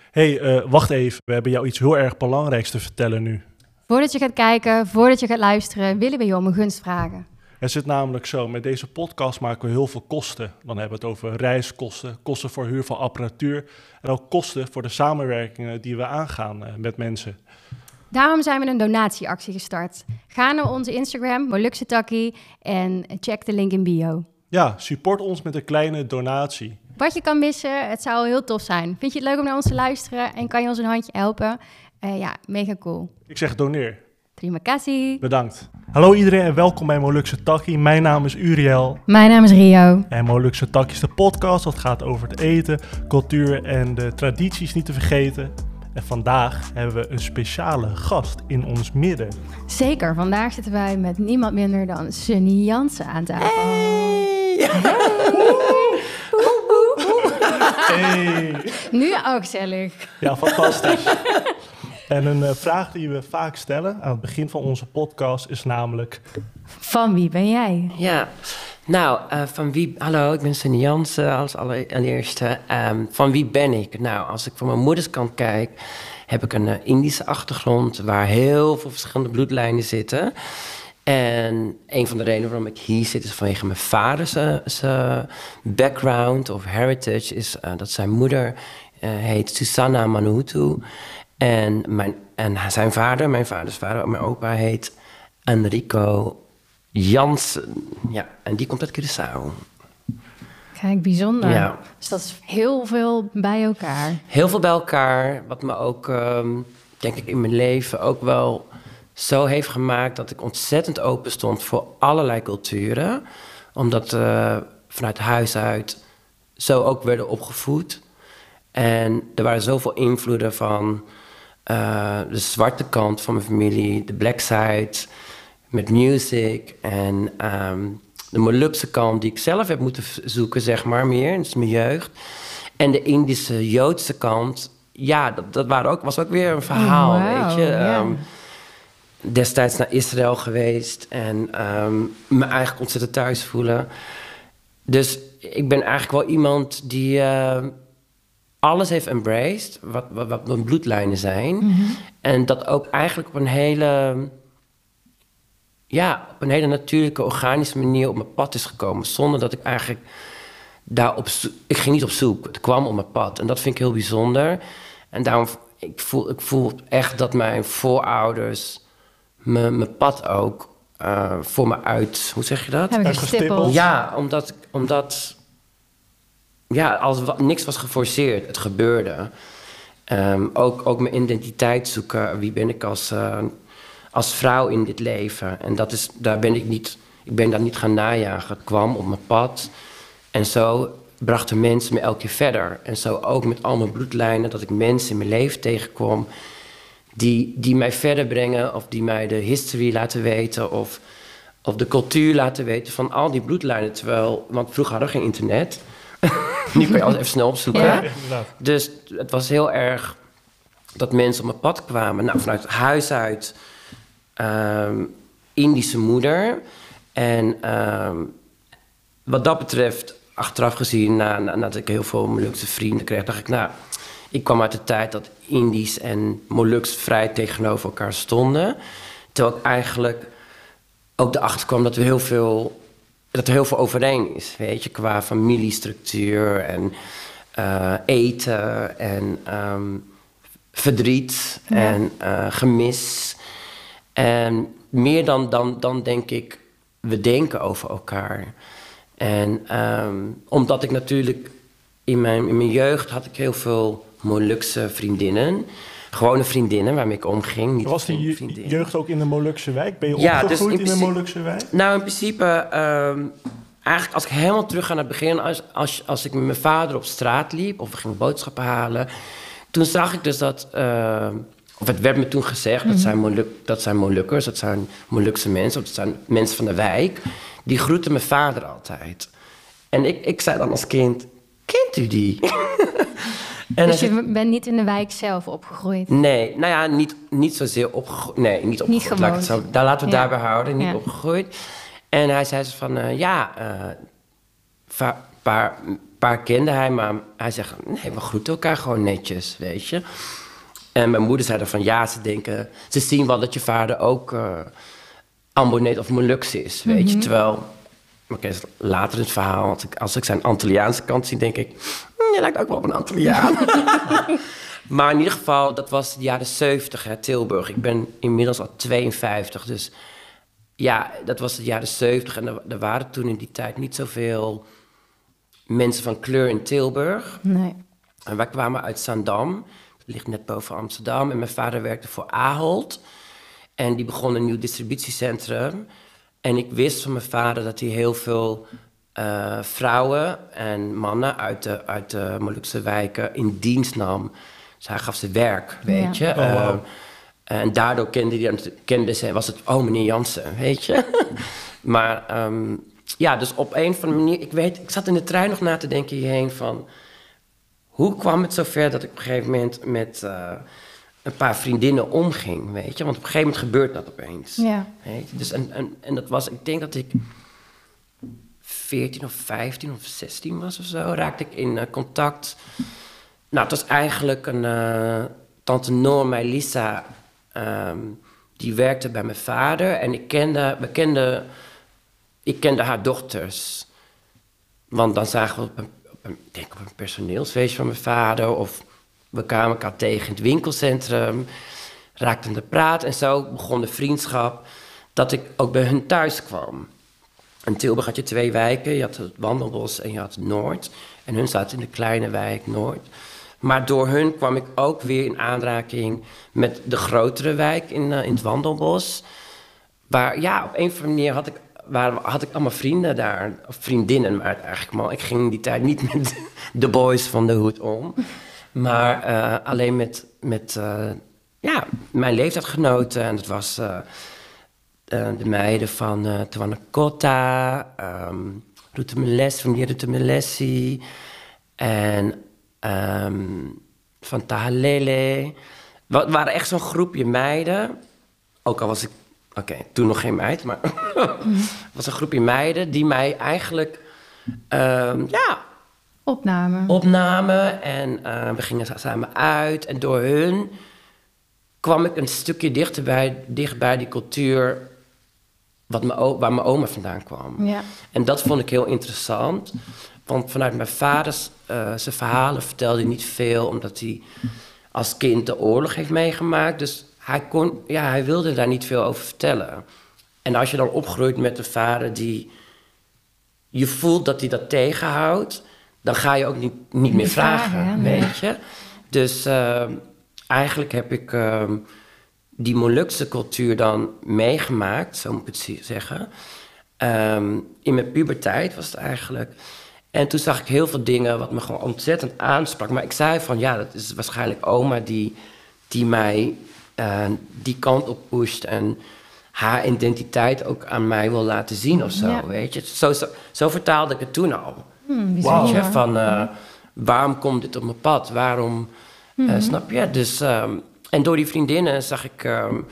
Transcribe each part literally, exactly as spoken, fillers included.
hey, uh, wacht even. We hebben jou iets heel erg belangrijks te vertellen nu. Voordat je gaat kijken, voordat je gaat luisteren, willen we je om een gunst vragen. Het zit namelijk zo, met deze podcast maken we heel veel kosten. Dan hebben we het over reiskosten, kosten voor huur van apparatuur en ook kosten voor de samenwerkingen die we aangaan uh, met mensen. Daarom zijn we een donatieactie gestart. Ga naar onze Instagram, Molukse Takkie, en check de link in bio. Ja, support ons met een kleine donatie. Wat je kan missen, het zou heel tof zijn. Vind je het leuk om naar ons te luisteren en kan je ons een handje helpen? Uh, ja, mega cool. Ik zeg doneer. Terima kasih. Bedankt. Hallo iedereen en welkom bij Molukse Takkie. Mijn naam is Uriel. Mijn naam is Rio. En Molukse Takkie is de podcast. Dat gaat over het eten, cultuur en de tradities niet te vergeten. En vandaag hebben we een speciale gast in ons midden. Zeker, vandaag zitten wij met niemand minder dan Sunny Jansen aan tafel. Hey! Hey. Nu ook gezellig. Ja, fantastisch. En een uh, vraag die we vaak stellen aan het begin van onze podcast is namelijk... Van wie ben jij? Ja, nou, uh, van wie... Hallo, ik ben Sunny Jansen als allereerste. Um, van wie ben ik? Nou, als ik van mijn moeders kant kijk, heb ik een uh, Indische achtergrond waar heel veel verschillende bloedlijnen zitten. En een van de redenen waarom ik hier zit is vanwege mijn vaders uh, background of heritage. Is uh, dat zijn moeder uh, heet Susanna Manuhutu. En, mijn, en zijn vader, mijn vaders vader, mijn opa heet Enrico Jansen. Ja, en die komt uit Curaçao. Kijk, bijzonder. Ja. Dus dat is heel veel bij elkaar. Heel veel bij elkaar, wat me ook, um, denk ik, in mijn leven ook wel zo heeft gemaakt dat ik ontzettend open stond voor allerlei culturen. Omdat uh, vanuit huis uit zo ook werden opgevoed. En er waren zoveel invloeden van uh, de zwarte kant van mijn familie, de black side, met music en um, de Molukse kant die ik zelf heb moeten zoeken, zeg maar, meer, dat is mijn jeugd. En de Indische, Joodse kant, ja, dat, dat waren ook, was ook weer een verhaal, oh, wow, weet je. Yeah. Um, destijds naar Israël geweest en um, me eigenlijk ontzettend thuis voelen. Dus ik ben eigenlijk wel iemand die uh, alles heeft embraced, wat, wat, wat mijn bloedlijnen zijn. Mm-hmm. En dat ook eigenlijk op een hele, ja, op een hele natuurlijke, organische manier op mijn pad is gekomen. Zonder dat ik eigenlijk daar op zoek... Ik ging niet op zoek, het kwam op mijn pad. En dat vind ik heel bijzonder. En daarom, ik voel, ik voel echt dat mijn voorouders me, mijn pad ook uh, voor me uit... Hoe zeg je dat? Hebben gestippeld. Ja, omdat... omdat ja, als, niks was geforceerd, het gebeurde. Um, ook, ook mijn identiteit zoeken. Wie ben ik als, uh, als vrouw in dit leven? En dat is, daar ben ik niet... Ik ben daar niet gaan najagen. Het kwam op mijn pad. En zo brachten mensen me elke keer verder. En zo ook met al mijn bloedlijnen... dat ik mensen in mijn leven tegenkwam... die, die mij verder brengen... of die mij de history laten weten... of, of de cultuur laten weten van al die bloedlijnen. Terwijl, want vroeger hadden we geen internet... Nu kan je alles even snel opzoeken. Ja. Dus het was heel erg dat mensen op mijn pad kwamen. Nou, vanuit huis uit, um, Indische moeder. En um, wat dat betreft, achteraf gezien, na, na, nadat ik heel veel Molukse vrienden kreeg, dacht ik, nou, ik kwam uit de tijd dat Indisch en Moluks vrij tegenover elkaar stonden. Terwijl ik eigenlijk ook erachter kwam dat we heel veel... dat er heel veel overeen is, weet je, qua familiestructuur en uh, eten en um, verdriet ja. en uh, gemis. En meer dan, dan, dan denk ik, we denken over elkaar. En um, omdat ik natuurlijk in mijn, in mijn jeugd had ik heel veel Molukse vriendinnen... Gewone vriendinnen waarmee ik omging. Niet was die je, jeugd ook in de Molukse wijk? Ben je ja, opgegroeid dus in, in de Molukse wijk? Nou, in principe... Um, eigenlijk als ik helemaal terug ga naar het begin... Als, als, als ik met mijn vader op straat liep... of we gingen boodschappen halen... toen zag ik dus dat... Uh, of het werd me toen gezegd... Mm-hmm. dat, zijn Moluk, dat zijn Molukkers, dat zijn Molukse mensen... of dat zijn mensen van de wijk... die groeten mijn vader altijd. En ik, ik zei dan als kind... Kent u die? En dus je ik, bent niet in de wijk zelf opgegroeid? Nee, nou ja, niet, niet zozeer opgegroeid. Nee, niet opgegroeid. Niet Laat ik het zo, daar laten we ja. daarbij houden, niet ja. opgegroeid. En hij zei ze van, uh, ja, uh, va, paar, paar kende hij, maar hij zegt... nee, we groeten elkaar gewoon netjes, weet je. En mijn moeder zei dan van... ja, ze denken... ze zien wel dat je vader ook... Uh, Amboneet of Molux is, weet mm-hmm. je. Terwijl... oké, later in het verhaal... Als ik, als ik zijn Antilliaanse kant zie, denk ik... Mm, je lijkt ook wel op een Antilliaan. Maar in ieder geval, dat was de jaren zeventig, hè, Tilburg. Ik ben inmiddels al tweeënvijftig, dus... ja, dat was de jaren zeventig. En er, er waren toen in die tijd niet zoveel... mensen van kleur in Tilburg. Nee. En wij kwamen uit Zaandam. Dat ligt net boven Amsterdam. En mijn vader werkte voor Ahold. En die begon een nieuw distributiecentrum. En ik wist van mijn vader dat hij heel veel uh, vrouwen en mannen uit de, uit de Molukse wijken in dienst nam. Dus hij gaf ze werk, weet ja. je. Oh, wow. uh, en daardoor kende, die, kende ze, was het, oh, meneer Jansen, weet je. Maar um, ja, dus op een of andere manier... Ik weet, ik zat in de trein nog na te denken hierheen van... hoe kwam het zover dat ik op een gegeven moment met... Uh, een paar vriendinnen omging, weet je. Want op een gegeven moment gebeurt dat opeens. Ja. Weet je? Dus en, en, en dat was, ik denk dat ik veertien of vijftien of zestien was of zo, raakte ik in uh, contact. Nou, het was eigenlijk een uh, tante Norma Elisa, um, die werkte bij mijn vader. En ik kende, we kenden, ik kende haar dochters. Want dan zagen we op een, op een, ik denk op een personeelsfeestje van mijn vader... of we kwamen elkaar tegen in het winkelcentrum, raakten te praten... en zo begon de vriendschap dat ik ook bij hun thuis kwam. In Tilburg had je twee wijken, je had het Wandelbos en je had het Noord. En hun zaten in de kleine wijk Noord. Maar door hun kwam ik ook weer in aanraking met de grotere wijk in, uh, in het Wandelbos. Waar, ja, op een of andere manier had ik, waar, had ik allemaal vrienden daar. Of vriendinnen, maar eigenlijk maar. Ik ging in die tijd niet met de boys van de hoed om. Maar uh, alleen met, met uh, ja, mijn leeftijdgenoten. En dat was uh, uh, de meiden van uh, Tawana Kota, um, Rutte Melessi, van die Rutte Melessi. En um, van Tahalele. Het waren echt zo'n groepje meiden. Ook al was ik, oké, okay, toen nog geen meid, maar het was een groepje meiden die mij eigenlijk, um, ja... Opnamen. Opnamen en uh, we gingen samen uit. En door hun kwam ik een stukje dichterbij, dichtbij die cultuur wat mijn, waar mijn oma vandaan kwam. Ja. En dat vond ik heel interessant. Want vanuit mijn vaders uh, zijn verhalen vertelde hij niet veel... omdat hij als kind de oorlog heeft meegemaakt. Dus hij, kon, ja, hij wilde daar niet veel over vertellen. En als je dan opgroeit met een vader die... je voelt dat hij dat tegenhoudt... dan ga je ook niet, niet meer vragen, vragen weet nee. je. Dus uh, eigenlijk heb ik uh, die Molukse cultuur dan meegemaakt, zo moet ik het zeggen. Um, in mijn puberteit was het eigenlijk. En toen zag ik heel veel dingen wat me gewoon ontzettend aansprak. Maar ik zei van, ja, dat is waarschijnlijk oma die, die mij uh, die kant op pusht... en haar identiteit ook aan mij wil laten zien of zo, ja. weet je. Zo, zo, zo vertaalde ik het toen al. Hmm, wow. Weet je, van uh, waarom komt dit op mijn pad? Waarom, mm-hmm. uh, snap je? Dus, um, en door die vriendinnen zag ik, um,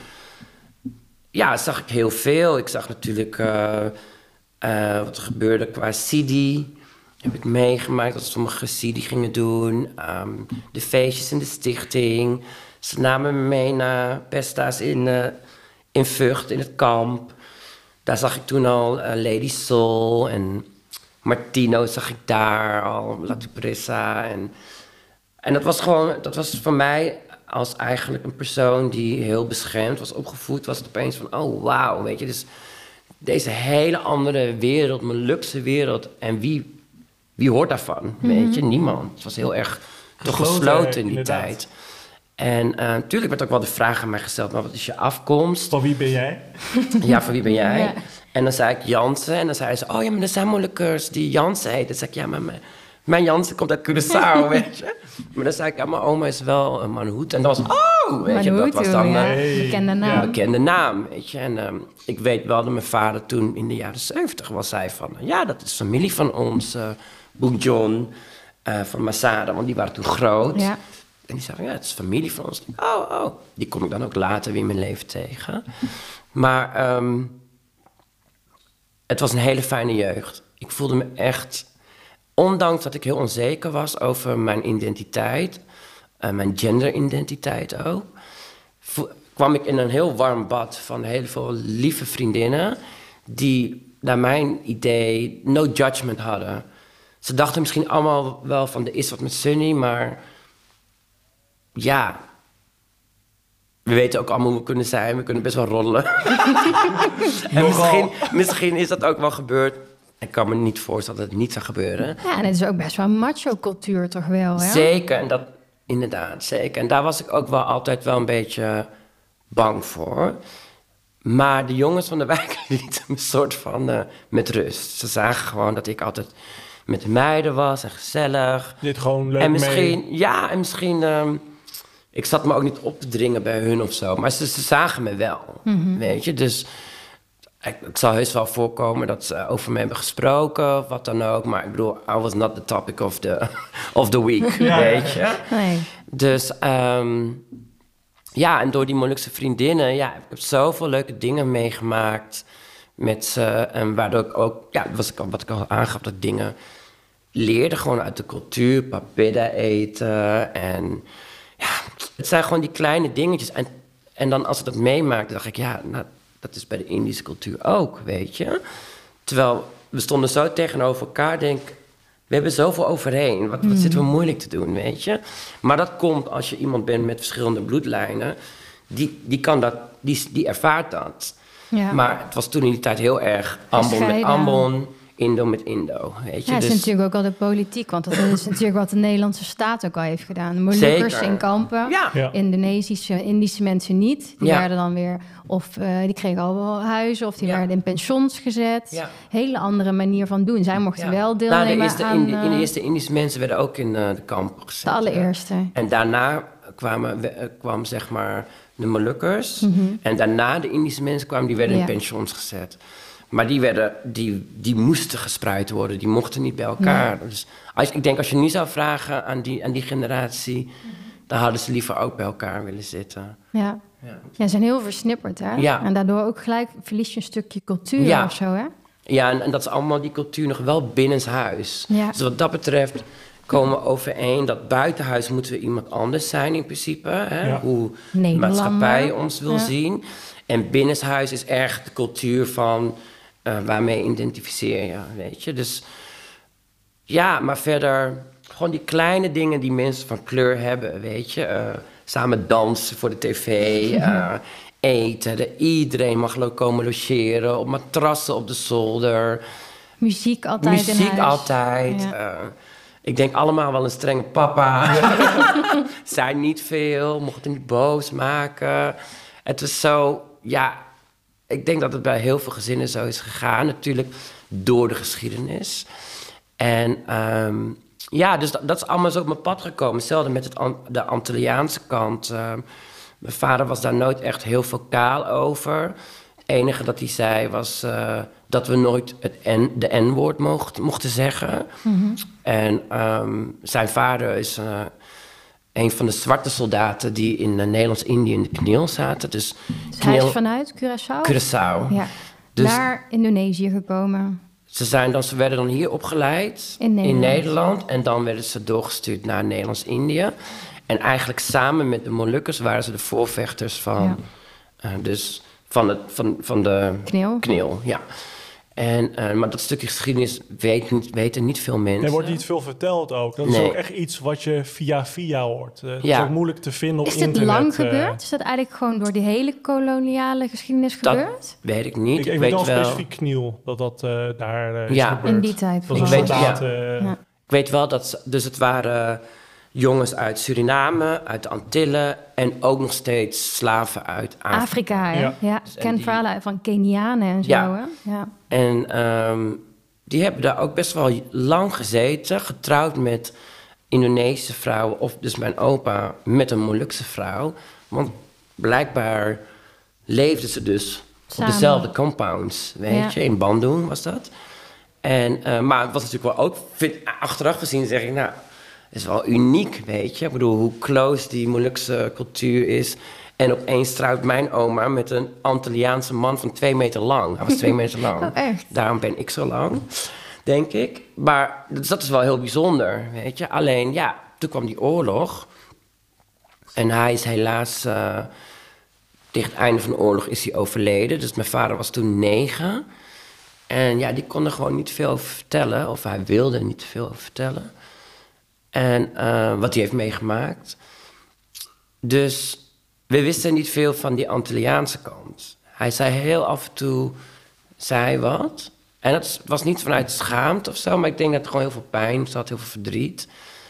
ja, zag ik heel veel. Ik zag natuurlijk uh, uh, wat er gebeurde qua Sidi. Heb ik meegemaakt dat sommige Sidi gingen doen. Um, de feestjes in de stichting. Ze namen me mee naar Pesta's in, uh, in Vught, in het kamp. Daar zag ik toen al uh, Lady Soul en... Martino zag ik daar al, La Tupressa. En, en dat was gewoon, dat was voor mij als eigenlijk een persoon die heel beschermd was opgevoed, was het opeens van, oh wauw, weet je. Dus deze hele andere wereld, Molukse wereld. En wie, wie hoort daarvan, mm-hmm. weet je? Niemand. Het was heel erg toch gesloten in die inderdaad. tijd. En uh, natuurlijk werd ook wel de vraag aan mij gesteld, maar wat is je afkomst? Van wie ben jij? Ja, van wie ben jij? Ja. En dan zei ik Jansen. En dan zei ze, oh ja, maar er zijn Molukkers die Jansen heet. Dan zei ik, ja, maar mijn, mijn Jansen komt uit Curaçao, weet je. Maar dan zei ik, ja, mijn oma is wel een Manhoet. En dan was oh, weet je, dat was dan ja. een hey. bekende naam. Ja. bekende naam, weet je. En um, ik weet wel dat mijn vader toen in de jaren zeventig was zei van, ja, dat is familie van ons, uh, Boek John, uh, van Masada, want die waren toen groot. Ja. En die zei van, ja, het is familie van ons. Oh, oh. Die kom ik dan ook later weer in mijn leven tegen. Maar um, het was een hele fijne jeugd. Ik voelde me echt ondanks dat ik heel onzeker was over mijn identiteit, uh, mijn genderidentiteit ook, vo- kwam ik in een heel warm bad van heel veel lieve vriendinnen die, naar mijn idee, no judgment hadden. Ze dachten misschien allemaal wel van, er is wat met Sunny, maar ja, we weten ook allemaal hoe we kunnen zijn. We kunnen best wel roddelen. En misschien, misschien is dat ook wel gebeurd. Ik kan me niet voorstellen dat het niet zou gebeuren. Ja, en het is ook best wel een macho-cultuur toch wel, hè? Zeker, en dat, inderdaad, zeker. En daar was ik ook wel altijd wel een beetje bang voor. Maar de jongens van de wijk lieten me een soort van uh, met rust. Ze zagen gewoon dat ik altijd met de meiden was en gezellig. Dit gewoon leuk En misschien, mee. ja, en misschien... Um, ik zat me ook niet op te dringen bij hun of zo. Maar ze, ze zagen me wel, mm-hmm. weet je. Dus ik, het zal heus wel voorkomen dat ze over me hebben gesproken... of wat dan ook. Maar ik bedoel, I was not the topic of the, of the week, ja. weet je. Nee. Dus um, ja, en door die Molukse vriendinnen... ja, ik heb zoveel leuke dingen meegemaakt met ze. En waardoor ik ook, ja, was ik al, wat ik al aangaf, dat ik dingen leerde... gewoon uit de cultuur, papeda eten en... ja, het zijn gewoon die kleine dingetjes. En, en dan als ik dat meemaakte, dacht ik... ja, nou, dat is bij de Indische cultuur ook, weet je. Terwijl we stonden zo tegenover elkaar, denk ik... we hebben zoveel overheen. Wat, wat mm. zitten we moeilijk te doen, weet je. Maar dat komt als je iemand bent met verschillende bloedlijnen... die, die, kan dat, die, die ervaart dat. Ja. Maar het was toen in die tijd heel erg Ambon met Ambon... Indo met Indo, weet je. Ja, dat dus... is natuurlijk ook al de politiek. Want dat is natuurlijk wat de Nederlandse staat ook al heeft gedaan. De Molukkers in kampen, ja. Ja. Indonesische, Indische mensen niet. Die ja. werden dan weer, of uh, die kregen al wel huizen... of die ja. werden in pensions gezet. Ja. Hele andere manier van doen. Zij mochten ja. wel deelnemen nou, de eerste aan... Indi- in de eerste Indische mensen werden ook in uh, de kampen gezet. De allereerste. Ja. En daarna kwamen, uh, kwam zeg maar de Molukkers. Mm-hmm. En daarna de Indische mensen kwamen, die werden ja. in pensions gezet. Maar die, werden, die, die moesten gespreid worden, die mochten niet bij elkaar. Nee. Dus als, ik denk als je nu zou vragen aan die, aan die generatie... Mm-hmm. dan hadden ze liever ook bij elkaar willen zitten. Ja, ja. ja ze zijn heel versnipperd, hè? Ja. En daardoor ook gelijk verlies je een stukje cultuur ja. of zo, hè? Ja, en, en dat is allemaal die cultuur nog wel binnenshuis. Ja. Dus wat dat betreft komen we overeen... dat buitenhuis moeten we iemand anders zijn in principe. Hè? Ja. Hoe de maatschappij ons wil ja. zien. En binnenshuis is erg de cultuur van... Uh, waarmee identificeer je, weet je. Dus ja, maar verder... gewoon die kleine dingen die mensen van kleur hebben, weet je. Uh, samen dansen voor de tv, uh, eten. De, iedereen mag komen logeren, op matrassen op de zolder. Muziek altijd Muziek in huis. altijd. Ja. Uh, ik denk allemaal wel een strenge papa. Ja. Zei niet veel, mochten niet boos maken. Het was zo, ja... Ik denk dat het bij heel veel gezinnen zo is gegaan, natuurlijk door de geschiedenis. En um, ja, dus dat, dat is allemaal zo op mijn pad gekomen. Hetzelfde met het, de Antilliaanse kant. Uh, mijn vader was daar nooit echt heel vocaal over. Het enige dat hij zei was uh, dat we nooit het N, de N-woord mocht, mochten zeggen. Mm-hmm. En um, zijn vader is... Uh, een van de zwarte soldaten die in uh, Nederlands-Indië in de knil zaten. Dus, dus knil... hij is vanuit Curaçao? Curaçao. Ja. Dus naar Indonesië gekomen. Ze, zijn dan, ze werden dan hier opgeleid in Nederland. in Nederland. En dan werden ze doorgestuurd naar Nederlands-Indië. En eigenlijk samen met de Molukkers waren ze de voorvechters van, ja. uh, dus van, het, van, van de knil. knil ja. En, uh, maar dat stukje geschiedenis weet niet, weten niet veel mensen. Er wordt niet veel verteld ook. Dat nee. is ook echt iets wat je via via hoort. Uh, het ja. is ook moeilijk te vinden op is internet. Is dit lang uh, gebeurd? Is dat eigenlijk gewoon door die hele koloniale geschiedenis dat gebeurd? Dat weet ik niet. Ik, ik, ik weet weet wel wel specifiek Kniel, dat dat uh, daar uh, is ja. gebeurd. In die tijd. Dat ik, was weet, inderdaad, ja. uh, ja. ik weet wel dat... Dus het waren jongens uit Suriname, uit de Antillen... en ook nog steeds slaven uit Afrika. Afrika, hè? Ja. ja. Dus ik ken verhalen van Kenianen en zo, ja. hè? Ja. En um, die hebben daar ook best wel lang gezeten... getrouwd met Indonesische vrouwen... of dus mijn opa met een Molukse vrouw. Want blijkbaar leefden ze dus samen. Op dezelfde compounds, weet ja. je. In Bandung was dat. En, uh, maar het was natuurlijk wel ook... Vind, achteraf gezien zeg ik, nou... Het is wel uniek, weet je. Ik bedoel, hoe close die Molukse cultuur is. En opeens trouwt mijn oma met een Antilliaanse man van twee meter lang. Hij was twee meter lang. Oh, echt? Daarom ben ik zo lang. denk ik. Maar dus dat is wel heel bijzonder, weet je. Alleen, ja, toen kwam die oorlog. En hij is helaas... Uh, tegen het einde van de oorlog is hij overleden. Dus mijn vader was toen negen. En ja, die kon er gewoon niet veel over vertellen. Of hij wilde er niet veel over vertellen. En uh, wat hij heeft meegemaakt. Dus we wisten niet veel van die Antilliaanse kant. Hij zei heel af en toe... zei wat. En het was niet vanuit schaamte of zo... maar ik denk dat er gewoon heel veel pijn zat, heel veel verdriet.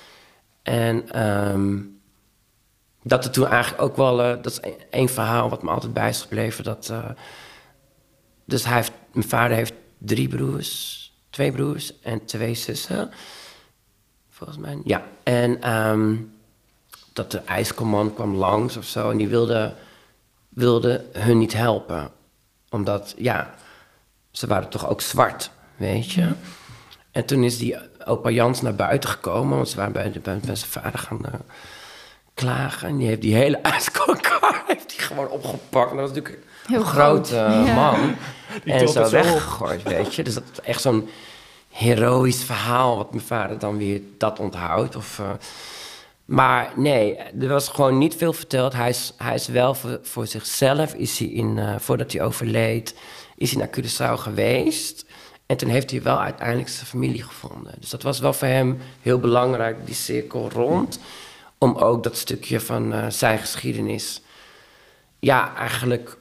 En... Um, dat er toen eigenlijk ook wel... Uh, dat is één verhaal wat me altijd bij is gebleven. Dat, uh, dus hij heeft, mijn vader heeft drie broers. Twee broers en twee zussen. Volgens mij. Ja. En um, dat de ijscommand kwam langs of zo. En die wilde, wilde hun niet helpen. Omdat, ja... ze waren toch ook zwart, weet je. En toen is die opa Jans naar buiten gekomen... want ze waren bij, bij, bij zijn vader gaan... Uh, klagen. En die heeft die hele ijskar heeft die gewoon opgepakt. En dat was natuurlijk heel een grote groot. uh, man. Ja. En zo weggegooid, weet je. Dus dat is echt zo'n heroïsch verhaal... wat mijn vader dan weer dat onthoudt. Of, uh, maar nee, er was gewoon niet veel verteld. Hij is, hij is wel voor, voor zichzelf... is hij in, uh, voordat hij overleed... is hij naar Curaçao geweest... En toen heeft hij wel uiteindelijk zijn familie gevonden. Dus dat was wel voor hem heel belangrijk... die cirkel rond... om ook dat stukje van uh, zijn geschiedenis... ja, eigenlijk...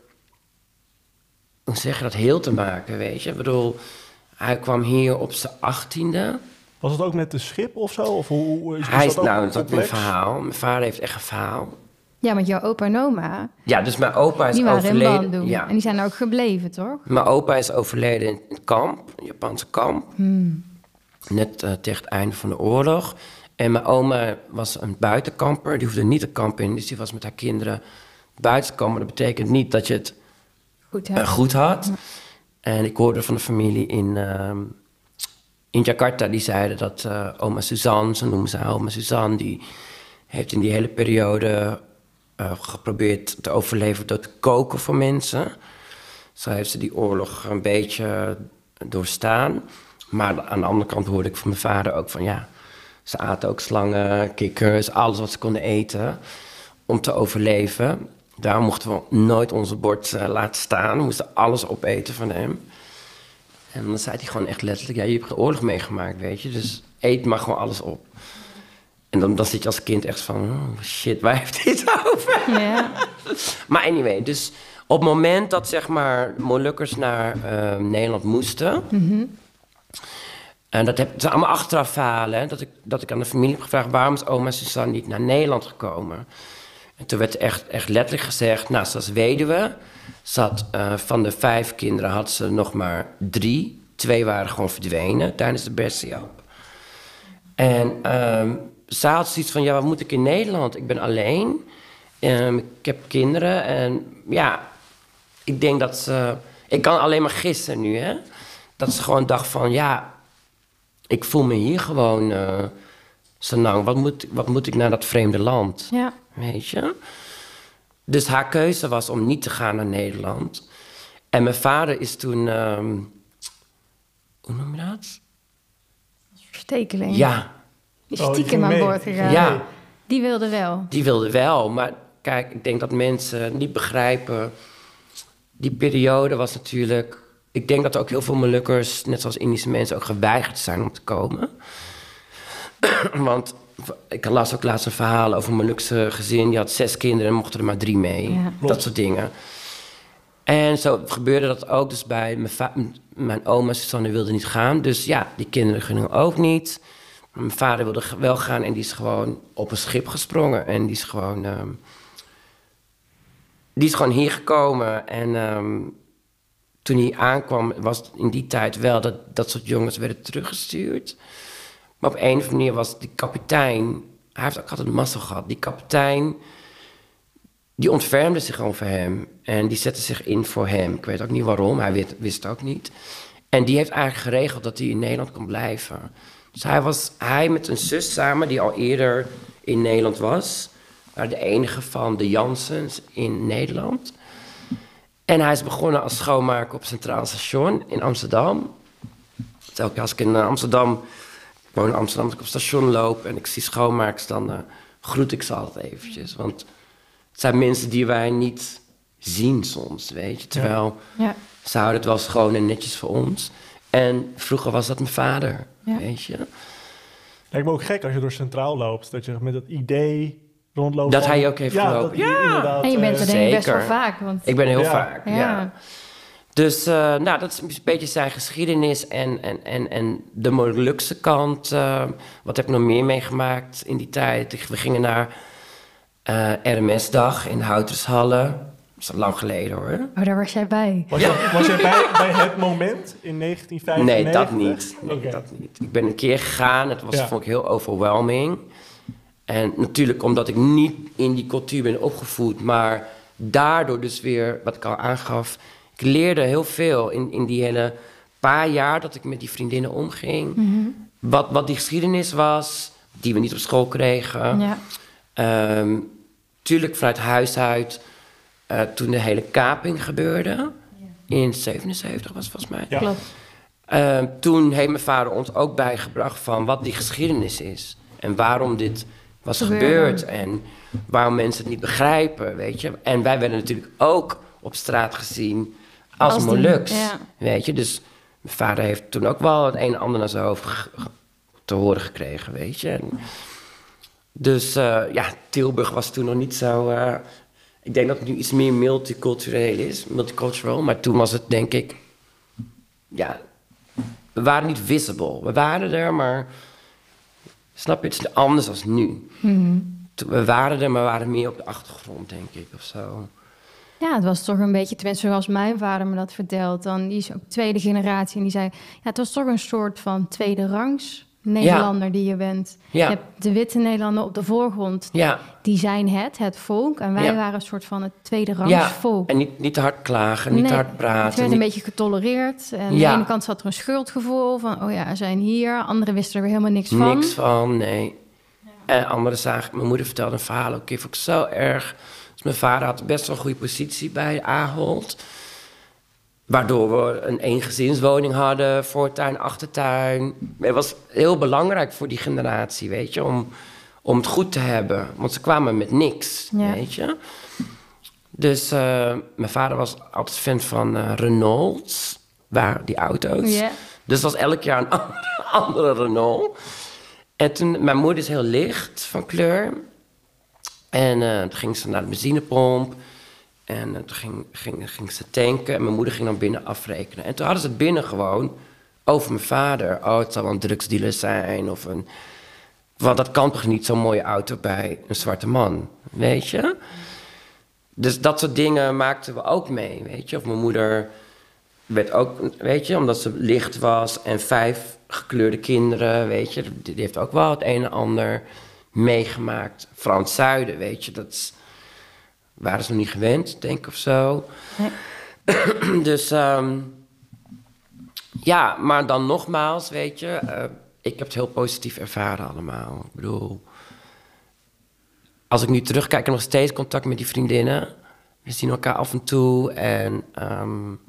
hoe zeg je dat, heel te maken, weet je? Ik bedoel, hij kwam hier op zijn achttiende. Was het ook met een schip of zo? Of hoe, hoe is, hij is dat nou, ook dat is ook een verhaal. Mijn vader heeft echt een verhaal. Ja, met jouw opa en oma... Ja, dus mijn opa is die waren overleden. In Bandung. Ja. En die zijn ook gebleven, toch? Mijn opa is overleden in een kamp, een Japanse kamp. Hmm. Net uh, tegen het einde van de oorlog... En mijn oma was een buitenkamper. Die hoefde niet het kamp in, dus die was met haar kinderen buitenkamper. Dat betekent niet dat je het goed, uh, goed had. Ja. En ik hoorde van de familie in, uh, in Jakarta... die zeiden dat uh, oma Suzanne, zo noemen ze haar oma Suzanne... die heeft in die hele periode uh, geprobeerd te overleven... door te koken voor mensen. Zo heeft ze die oorlog een beetje doorstaan. Maar aan de andere kant hoorde ik van mijn vader ook van... ja. Ze aten ook slangen, kikkers, alles wat ze konden eten om te overleven. Daarom mochten we nooit onze bord uh, laten staan. We moesten alles opeten van hem. En dan zei hij gewoon echt letterlijk... ja, je hebt geen oorlog meegemaakt, weet je. Dus eet maar gewoon alles op. En dan, dan zit je als kind echt van... oh, shit, waar heeft hij het over? Ja. Maar anyway, dus op het moment dat zeg maar Molukkers naar uh, Nederland moesten... Mm-hmm. En dat, heb, dat zijn allemaal achteraf verhalen. Hè? Dat, ik, dat ik aan de familie heb gevraagd... waarom is oma Suzanne niet naar Nederland gekomen? En toen werd echt, echt letterlijk gezegd... nou, ze was weduwe. Ze had, uh, van de vijf kinderen had ze nog maar drie. Twee waren gewoon verdwenen tijdens de Bersiap. En um, ze had zoiets van... ja, wat moet ik in Nederland? Ik ben alleen. Um, ik heb kinderen. En ja, ik denk dat ze... ik kan alleen maar gissen nu, hè? Dat ze gewoon dacht van... ja... ik voel me hier gewoon uh, zo lang. Wat moet, wat moet ik naar dat vreemde land? Ja. Weet je? Dus haar keuze was om niet te gaan naar Nederland. En mijn vader is toen... Um, hoe noem je dat? Verstekeling. Ja. Die stiekem oh, aan boord gegaan. Ja. Die wilde wel. Die wilde wel. Maar kijk, ik denk dat mensen niet begrijpen... die periode was natuurlijk... ik denk dat er ook heel veel Molukkers, net zoals Indische mensen... ook geweigerd zijn om te komen. Want ik las ook laatst een verhaal over een Molukse gezin... die had zes kinderen en mochten er maar drie mee. Ja. Dat soort dingen. En zo gebeurde dat ook dus bij mijn, va- mijn oma. Susanne wilde niet gaan. Dus ja, die kinderen gingen ook niet. Mijn vader wilde wel gaan en die is gewoon op een schip gesprongen. En die is gewoon... Um, die is gewoon hier gekomen. En um, toen hij aankwam, was in die tijd wel dat dat soort jongens werden teruggestuurd. Maar op een of andere manier was die kapitein... Hij heeft ook altijd mazzel gehad. Die kapitein, die ontfermde zich gewoon voor hem. En die zette zich in voor hem. Ik weet ook niet waarom, hij wist, wist ook niet. En die heeft eigenlijk geregeld dat hij in Nederland kon blijven. Dus hij was, hij met een zus samen, die al eerder in Nederland was... waren de enige van de Janssens in Nederland. En hij is begonnen als schoonmaker op Centraal Station in Amsterdam. elke keer als ik in Amsterdam... Ik woon in Amsterdam, als ik op station loop en ik zie schoonmakers... dan uh, groet ik ze altijd eventjes. Want het zijn mensen die wij niet zien soms, weet je. Terwijl Ja. ze houden het wel schoon en netjes voor ons. En vroeger was dat mijn vader, Ja. weet je. Lijkt me ook gek als je door Centraal loopt, dat je met dat idee rondloopt. Dat van- hij ook heeft ja, gelopen. dat hij Ja. inderdaad, En je bent eh, er denk ik best wel zeker. vaak. Want, Ik ben heel Ja. vaak, ja. ja. Dus uh, nou, dat is een beetje zijn geschiedenis en, en, en, en de Molukse kant. Uh, wat heb ik nog meer meegemaakt in die tijd? We gingen naar uh, R M S-dag in de Houtershallen. Dat is al lang geleden hoor. Oh, daar was jij bij. Was, je, was je bij, bij het moment in negentien vijfennegentig? Nee, dat niet. Nee, Oké. dat niet. Ik ben een keer gegaan. Het was, Ja. vond ik heel overwhelming. En natuurlijk omdat ik niet in die cultuur ben opgevoed, maar daardoor dus weer, wat ik al aangaf, ik leerde heel veel in, in die hele paar jaar dat ik met die vriendinnen omging. Mm-hmm. Wat, wat die geschiedenis was, die we niet op school kregen. Ja. Um, tuurlijk vanuit huis uit, uh, toen de hele kaping gebeurde. In zevenenzeventig was het volgens mij. Ja. Klopt. Uh, toen heeft mijn vader ons ook bijgebracht van wat die geschiedenis is. En waarom dit was Gebeurde. gebeurd. En waarom mensen het niet begrijpen, weet je. En wij werden natuurlijk ook op straat gezien als, Als die, Moluks, ja. weet je. Dus mijn vader heeft toen ook wel het een en ander naar zijn hoofd ge- ge- te horen gekregen, weet je. En dus uh, ja, Tilburg was toen nog niet zo... Uh, ik denk dat het nu iets meer multicultureel is, multicultural. Maar toen was het, denk ik... Ja, we waren niet visible. We waren er, maar... Snap je, het is anders dan nu. Mm-hmm. We waren er, maar we waren meer op de achtergrond, denk ik, of zo. Ja, het was toch een beetje, tenminste zoals mijn vader me dat vertelt, dan die is ook tweede generatie en die zei, ja, het was toch een soort van tweede rangs Nederlander die je bent. Ja. Je hebt de witte Nederlander op de voorgrond, Ja, die zijn het, het volk, en wij Ja. waren een soort van het tweede rangs ja. volk. En niet, niet te hard klagen, niet Nee, te hard Het praten. werd een niet- beetje getolereerd. En aan Ja. de ene kant zat er een schuldgevoel van, oh ja, er zijn hier. Anderen wisten er weer helemaal niks van. Niks van, nee. En anderen zagen... Mijn moeder vertelde een verhaal ook, vond ik zo erg. Dus mijn vader had best wel een goede positie bij Ahold. Waardoor we een eengezinswoning hadden, voortuin, achtertuin. Het was heel belangrijk voor die generatie, weet je, om, om het goed te hebben. Want ze kwamen met niks, Ja. weet je. Dus uh, mijn vader was altijd fan van uh, Renaults, waar die auto's. Ja. Dus dat was elk jaar een andere, andere Renault. En toen, mijn moeder is heel licht van kleur. En uh, toen ging ze naar de benzinepomp. En uh, toen ging, ging, ging ze tanken. En mijn moeder ging dan binnen afrekenen. En toen hadden ze het binnen gewoon over mijn vader. Oh, het zal wel een drugsdealer zijn. Of een... Want dat kan toch niet zo'n mooie auto bij een zwarte man, weet je? Dus dat soort dingen maakten we ook mee, weet je. Of mijn moeder werd ook, weet je, omdat ze licht was en vijf gekleurde kinderen, weet je. Die heeft ook wel het een en ander meegemaakt. Frans Zuiden, weet je, dat is, waren ze nog niet gewend, denk ik, of zo. Nee. Dus, um, ja, maar dan nogmaals, weet je, uh, ik heb het heel positief ervaren allemaal. Ik bedoel, als ik nu terugkijk, ik heb nog steeds contact met die vriendinnen. We zien elkaar af en toe en um,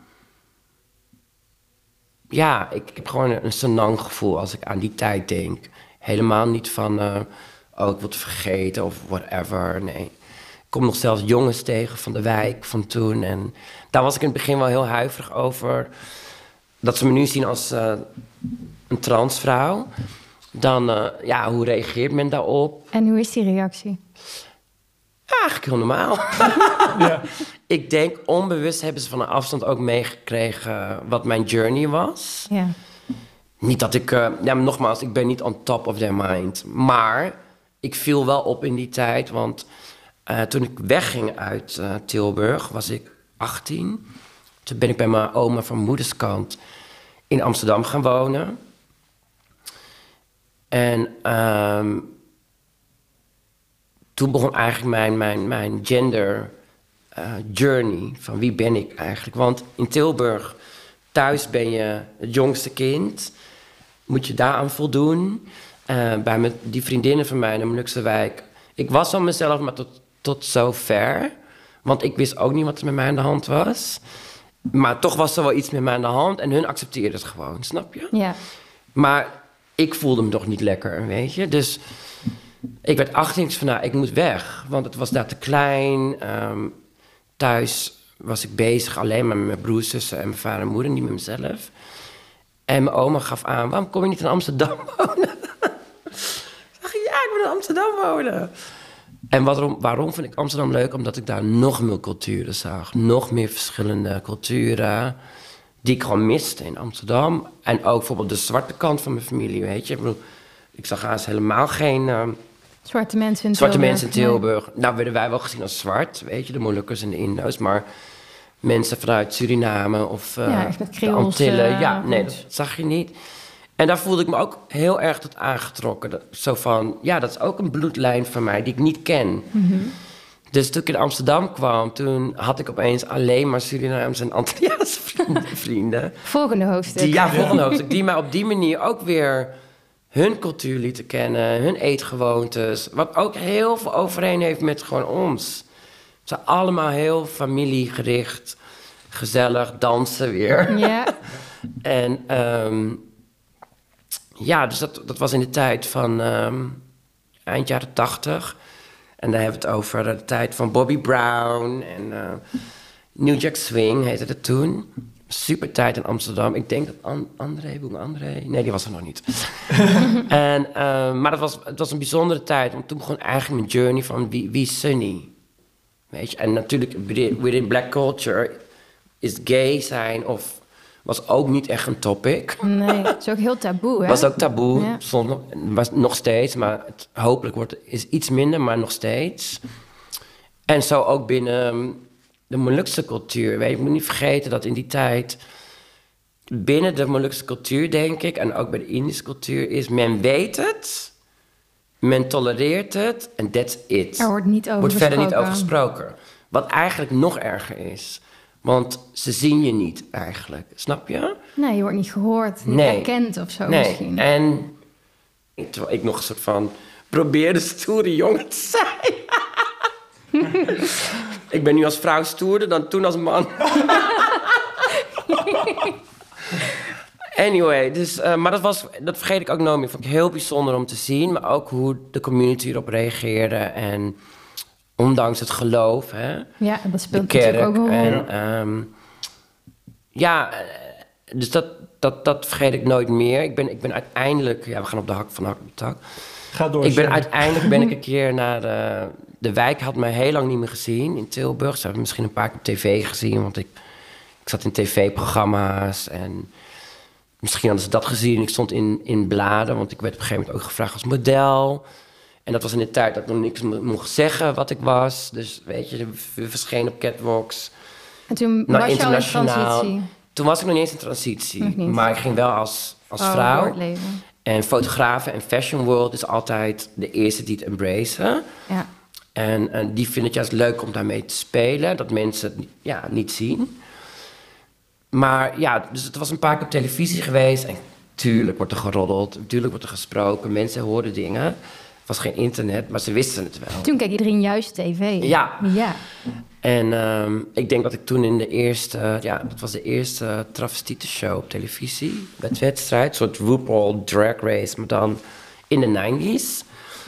ja, ik, ik heb gewoon een senang gevoel als ik aan die tijd denk. Helemaal niet van, uh, oh, ik wil het vergeten of whatever, nee. Ik kom nog zelfs jongens tegen van de wijk van toen. En daar was ik in het begin wel heel huiverig over. Dat ze me nu zien als uh, een transvrouw. Dan, uh, ja, hoe reageert men daarop? En hoe is die reactie? Ja, eigenlijk heel normaal. Ja. Ik denk, onbewust hebben ze van een afstand ook meegekregen wat mijn journey was. Ja. Niet dat ik, uh, ja, maar nogmaals, ik ben niet on top of their mind. Maar ik viel wel op in die tijd, want uh, toen ik wegging uit uh, Tilburg, was ik achttien. Toen ben ik bij mijn oma van moederskant in Amsterdam gaan wonen. En um, toen begon eigenlijk mijn, mijn, mijn gender uh, journey. Van wie ben ik eigenlijk? Want in Tilburg, thuis ben je het jongste kind. Moet je daaraan voldoen. Uh, bij me, die vriendinnen van mij in de Molukse wijk. Ik was al mezelf, maar tot, tot zover. Want ik wist ook niet wat er met mij aan de hand was. Maar toch was er wel iets met mij aan de hand. En hun accepteerden het gewoon, snap je? Ja. Maar ik voelde me toch niet lekker, weet je. Dus ik werd achttien. Ik zei van, nou, ik moet weg. Want het was daar te klein. Um, thuis was ik bezig alleen maar met mijn broers, zussen en mijn vader en moeder. Niet met mezelf. En mijn oma gaf aan, waarom kom je niet in Amsterdam wonen? Ik dacht, ja, ik wil in Amsterdam wonen. En waarom, waarom vind ik Amsterdam leuk? Omdat ik daar nog meer culturen zag. Nog meer verschillende culturen die ik gewoon miste in Amsterdam. En ook bijvoorbeeld de zwarte kant van mijn familie, weet je. Ik bedoel, ik zag haast helemaal geen... Uh, zwarte mensen in zwarte Tilburg. mensen in Tilburg. Nee. Nou werden wij wel gezien als zwart, weet je. De Molukkers en de Indo's. Maar mensen vanuit Suriname of uh, ja, echt met de Creoolse, Antillen. Ja, nee, goed. dat zag je niet. En daar voelde ik me ook heel erg tot aangetrokken. Dat, zo van, ja, dat is ook een bloedlijn van mij die ik niet ken. Mm-hmm. Dus toen ik in Amsterdam kwam, toen had ik opeens alleen maar Surinaamse en Antilliaanse vrienden. vrienden. Volgende hoofdstuk. Die, ja, volgende hoofdstuk. Die mij op die manier ook weer hun cultuur lieten kennen, hun eetgewoontes. Wat ook heel veel overeen heeft met gewoon ons. Ze zijn allemaal heel familiegericht, gezellig, dansen weer. Ja. En um, ja, dus dat, dat was in de tijd van um, eind jaren tachtig. En dan hebben we het over de tijd van Bobby Brown en uh, New Jack Swing heette het toen. Super tijd in Amsterdam. Ik denk dat An- André, Boem André... Nee, die was er nog niet. en, uh, maar het was, het was een bijzondere tijd. Want toen begon eigenlijk mijn journey van wie, wie is Sunny? Weet je? En natuurlijk, within, within black culture is gay zijn of... was ook niet echt een topic. Nee, het is ook heel taboe, hè? Was ook taboe. Ja. Stond nog, was nog steeds, maar het, hopelijk wordt het is iets minder, maar nog steeds. En zo ook binnen de Molukse cultuur. Weet je, ik moet niet vergeten dat in die tijd... binnen de Molukse cultuur, denk ik... en ook bij de Indische cultuur is... men weet het, men tolereert het en that's it. Er wordt niet over wordt verder niet gesproken. over gesproken. Wat eigenlijk nog erger is... Want ze zien je niet eigenlijk, snap je? Nee, je wordt niet gehoord, niet Nee. erkend of zo nee. misschien. En terwijl ik nog een soort van probeerde stoere jongen te zijn. Ik ben nu als vrouw stoerder dan toen als man. Anyway, dus, uh, maar dat, was, dat vergeet ik ook nooit meer. Vond ik heel bijzonder om te zien. Maar ook hoe de community erop reageerde. En ondanks het geloof, hè. Ja, dat De speelt kerk. natuurlijk ook een rol. En um, ja, dus dat, dat, dat vergeet ik nooit meer. Ik ben, ik ben uiteindelijk... Ja, we gaan op de hak van hak op de tak. Ga door. Ik ben Sam. uiteindelijk ben ik een keer naar de, de wijk. Had mij heel lang niet meer gezien in Tilburg. Ze hebben misschien een paar keer op tv gezien. Want ik, ik zat in tv-programma's. En misschien hadden ze dat gezien. Ik stond in, in bladen. Want ik werd op een gegeven moment ook gevraagd als model. En dat was in de tijd dat ik nog niks mo- mocht zeggen wat ik was. Dus weet je, we verschenen op catwalks. En toen Nou, was je al in internationaal. transitie. Toen was ik nog niet eens in transitie. Nog niet. Maar ik ging wel als, als Oh, vrouw. door het leven. En fotografen en fashion world is altijd de eerste die het embracen. Ja. En, en die vinden het juist leuk om daarmee te spelen. Dat mensen het ja, niet zien. Maar ja, dus het was een paar keer op televisie geweest. En tuurlijk wordt er geroddeld. Tuurlijk wordt er gesproken. Mensen hoorden dingen. Het was geen internet, maar ze wisten het wel. Toen keek iedereen juist tv. Ja. Ja. En um, ik denk dat ik toen in de eerste... Ja, dat was de eerste travestietenshow op televisie. Met wedstrijd. Een soort RuPaul Drag Race, maar dan in de negentig.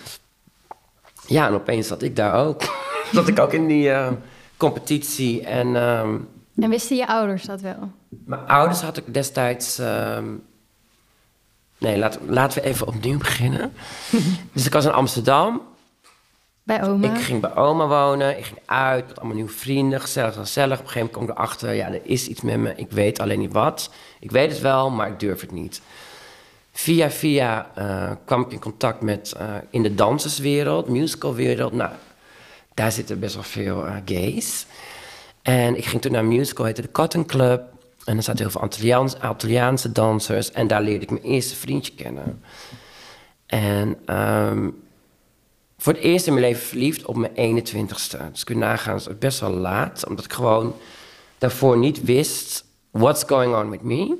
Ja, en opeens zat ik daar ook. zat ik ook in die uh, competitie. En um, En wisten je ouders dat wel? mijn ouders had ik destijds... Um, nee, laat, laten we even opnieuw beginnen. Dus ik was in Amsterdam. Bij oma? Ik ging bij oma wonen, ik ging uit, met allemaal nieuwe vrienden, gezellig, gezellig. Op een gegeven moment kom ik erachter, ja, er is iets met me, ik weet alleen niet wat. Ik weet het wel, maar ik durf het niet. Via via uh, kwam ik in contact met, uh, in de danserswereld, musicalwereld. Nou, daar zitten best wel veel uh, gays. En ik ging toen naar een musical, heette de Cotton Club. En er zaten heel veel Antilliaans, Antilliaanse dansers. En daar leerde ik mijn eerste vriendje kennen. En... Um, voor het eerst in mijn leven verliefd op mijn eenentwintigste. Dus kun je nagaan, het is best wel laat. Omdat ik gewoon daarvoor niet wist... what's going on with me.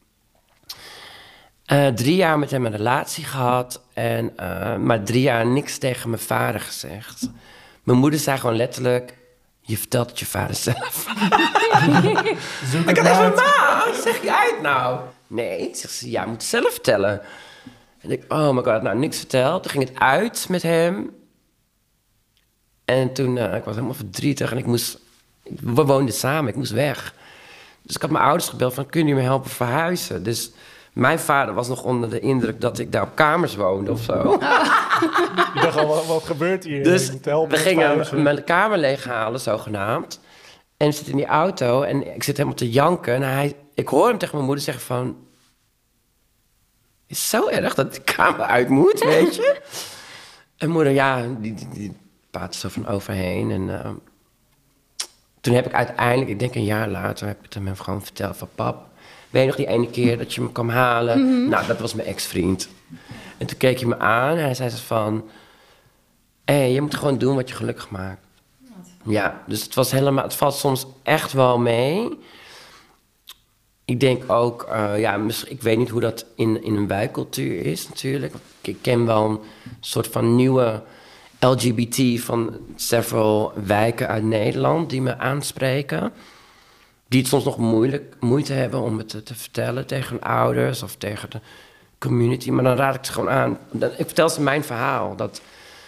Uh, drie jaar met hem een relatie gehad. En, uh, maar drie jaar niks tegen mijn vader gezegd. Mijn moeder zei gewoon letterlijk... Je vertelt het je vader zelf. Zoek Ik het had echt van, uit. ma, zeg jij het nou? Nee, zegt ze, ja, je moet het zelf vertellen. En ik, oh my god, nou, niks verteld. Toen ging het uit met hem. En toen, uh, ik was helemaal verdrietig en ik moest... We woonden samen, ik moest weg. Dus ik had mijn ouders gebeld van, kunnen jullie me helpen verhuizen? Dus mijn vader was nog onder de indruk dat ik daar op kamers woonde of zo. Ik dacht al, wat, wat gebeurt hier? Dus Ik moet helpen we met gingen verhuizen. mijn kamer leeghalen, zogenaamd. En ik zit in die auto en ik zit helemaal te janken. En hij, ik hoor hem tegen mijn moeder zeggen van... Is het zo erg dat de kamer uit moet, weet je? En moeder, ja, die, die, die praat er zo van overheen. En uh, toen heb ik uiteindelijk, ik denk een jaar later... heb ik het hem gewoon verteld van... Pap, weet je nog die ene keer dat je me kwam halen? Mm-hmm. Nou, dat was mijn ex-vriend. En toen keek hij me aan en hij zei van... Hé, hey, je moet gewoon doen wat je gelukkig maakt. Ja, dus het was helemaal... Het valt soms echt wel mee. Ik denk ook... Uh, ja, ik weet niet hoe dat in, in een wijkcultuur is natuurlijk. Ik ken wel een soort van nieuwe L G B T... van several wijken uit Nederland die me aanspreken. Die het soms nog moeilijk, moeite hebben om het te, te vertellen tegen hun ouders... of tegen de community. Maar dan raad ik ze gewoon aan. Ik vertel ze mijn verhaal, dat...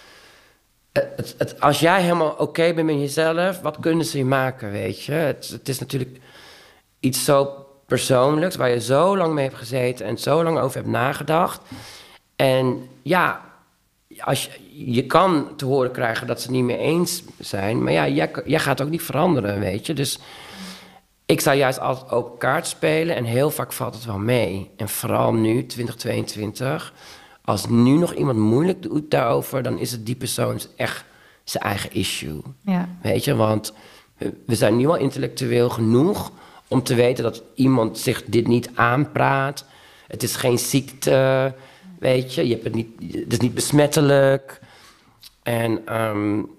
Het, het, als jij helemaal oké okay bent met jezelf, wat kunnen ze je maken, weet je? Het, het is natuurlijk iets zo persoonlijks, waar je zo lang mee hebt gezeten en zo lang over hebt nagedacht. En ja, als je, je kan te horen krijgen dat ze het niet mee eens zijn, maar ja, jij, jij gaat ook niet veranderen, weet je? Dus ik zou juist altijd open kaart spelen en heel vaak valt het wel mee. En vooral nu, twintig tweeëntwintig... Als nu nog iemand moeilijk doet daarover... dan is het die persoon echt zijn eigen issue. Ja. Weet je, want we zijn nu al intellectueel genoeg... om te weten dat iemand zich dit niet aanpraat. Het is geen ziekte, weet je. je hebt het, niet, het is niet besmettelijk. En um,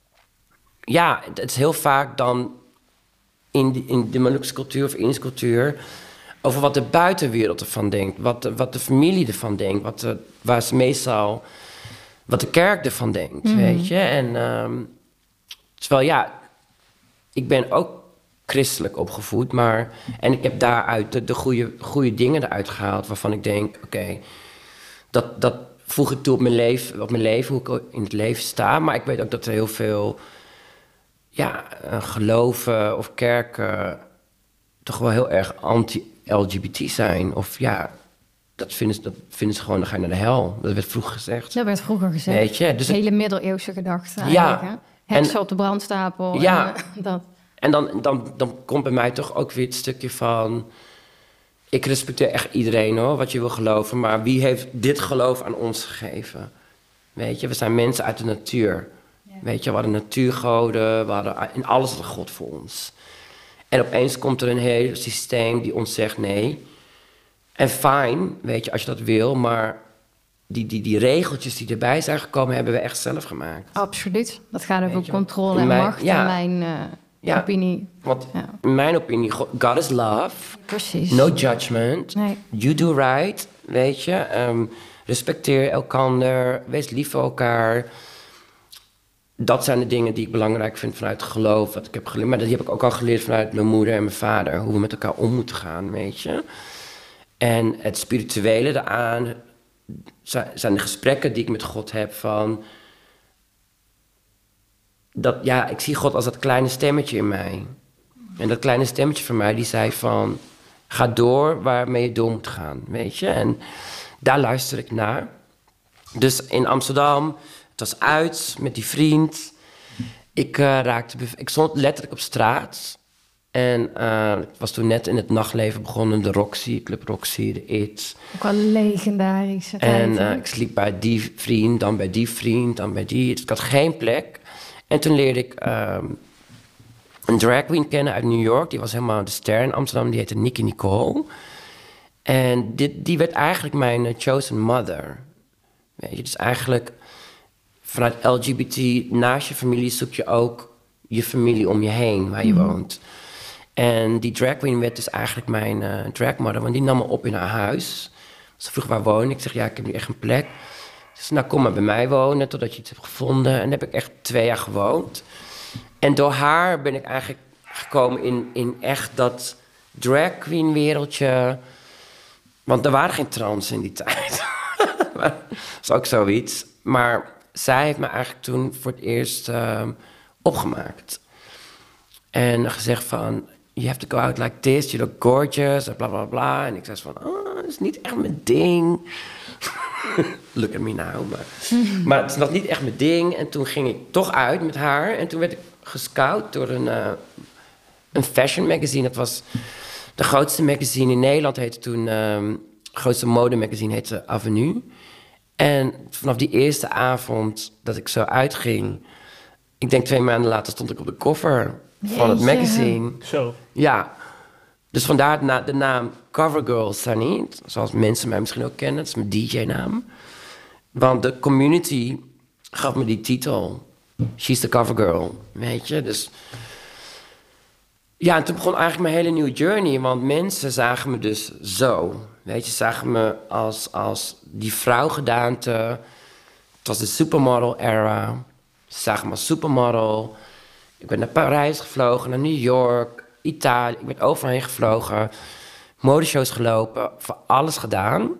ja, het is heel vaak dan... in de, in de Molukse cultuur of Indische cultuur... over wat de buitenwereld ervan denkt, wat de, wat de familie ervan denkt, wat de, waar ze meestal, wat de kerk ervan denkt, mm-hmm. weet je. En um, terwijl ja, ik ben ook christelijk opgevoed, maar en ik heb daaruit de, de goede, goede dingen eruit gehaald, waarvan ik denk, oké, okay, dat, dat voeg ik toe op mijn leven, op mijn leven, hoe ik in het leven sta. Maar ik weet ook dat er heel veel, ja, geloven of kerken toch wel heel erg anti-L G B T zijn. Of ja, dat vinden ze, dat vinden ze gewoon, dan ga je naar de hel. Dat werd vroeger gezegd. Dat werd vroeger gezegd. Weet je? Dus de hele middeleeuwse gedachte eigenlijk. Ja. Heksen op de brandstapel. Ja. En, uh, dat. En dan, dan, dan komt bij mij toch ook weer het stukje van... Ik respecteer echt iedereen hoor, wat je wil geloven. Maar wie heeft dit geloof aan ons gegeven? Weet je, we zijn mensen uit de natuur. Ja. Weet je, we hadden natuurgoden. We hadden in alles een God voor ons. En opeens komt er een heel systeem die ons zegt nee. En fijn, weet je, als je dat wil. Maar die, die, die regeltjes die erbij zijn gekomen, hebben we echt zelf gemaakt. Absoluut. Dat gaat over je, controle en mijn, macht ja, in mijn uh, ja, opinie. Want ja. in mijn opinie, God is love. Precies. No judgment. Nee. You do right, weet je. Um, respecteer elkander. Wees lief voor elkaar. Dat zijn de dingen die ik belangrijk vind vanuit het geloof. Wat ik heb geleerd. Maar die heb ik ook al geleerd vanuit mijn moeder en mijn vader. Hoe we met elkaar om moeten gaan, weet je. En het spirituele daaraan zijn de gesprekken die ik met God heb van... Dat, ja, ik zie God als dat kleine stemmetje in mij. En dat kleine stemmetje van mij, die zei van... Ga door waarmee je door moet gaan, weet je. En daar luister ik naar. Dus in Amsterdam... Het was uit met die vriend. Ik, uh, raakte bev- ik stond letterlijk op straat. En uh, ik was toen net in het nachtleven begonnen. De Roxy, Club Roxy, de It. Ook wel legendarische En tijd, uh, ik sliep bij die vriend, dan bij die vriend, dan bij die. Dus ik had geen plek. En toen leerde ik um, een drag queen kennen uit New York. Die was helemaal de ster in Amsterdam. Die heette Nicky Nicole. En dit, die werd eigenlijk mijn uh, chosen mother. Weet je, dus eigenlijk... Vanuit L G B T, naast je familie zoek je ook je familie om je heen, waar je mm. woont. En die drag queen werd dus eigenlijk mijn uh, dragmother, want die nam me op in haar huis. Ze vroeg waar woon ik. Ik zeg, ja, ik heb nu echt een plek. Ze zei, nou, kom maar bij mij wonen, totdat je iets hebt gevonden. En daar heb ik echt twee jaar gewoond. En door haar ben ik eigenlijk gekomen in, in echt dat drag queen wereldje. Want er waren geen trans in die tijd. Dat is ook zoiets. Maar zij heeft me eigenlijk toen voor het eerst uh, opgemaakt. En gezegd van, you have to go out like this, you look gorgeous, en bla bla bla. En ik zei van, oh, dat is niet echt mijn ding. Look at me now. Maar, maar het is nog niet echt mijn ding. En toen ging ik toch uit met haar. En toen werd ik gescout door een, uh, een fashion magazine. Dat was de grootste magazine in Nederland. Heette toen, um, het grootste modemagazine heette Avenue. En vanaf die eerste avond dat ik zo uitging... Ik denk twee maanden later stond ik op de cover van het magazine. Zo. Ja. Dus vandaar de, na- de naam Covergirl Sunny. Zoals mensen mij misschien ook kennen. Dat is mijn D J-naam. Want de community gaf me die titel. She's the Covergirl. Weet je, dus... Ja, en toen begon eigenlijk mijn hele nieuwe journey. Want mensen zagen me dus zo. Weet je, zagen me als, als die vrouwgedaante. Het was de supermodel-era. Ze zagen me als supermodel. Ik ben naar Parijs gevlogen, naar New York, Italië. Ik ben overal heen gevlogen. Modeshows gelopen, voor alles gedaan.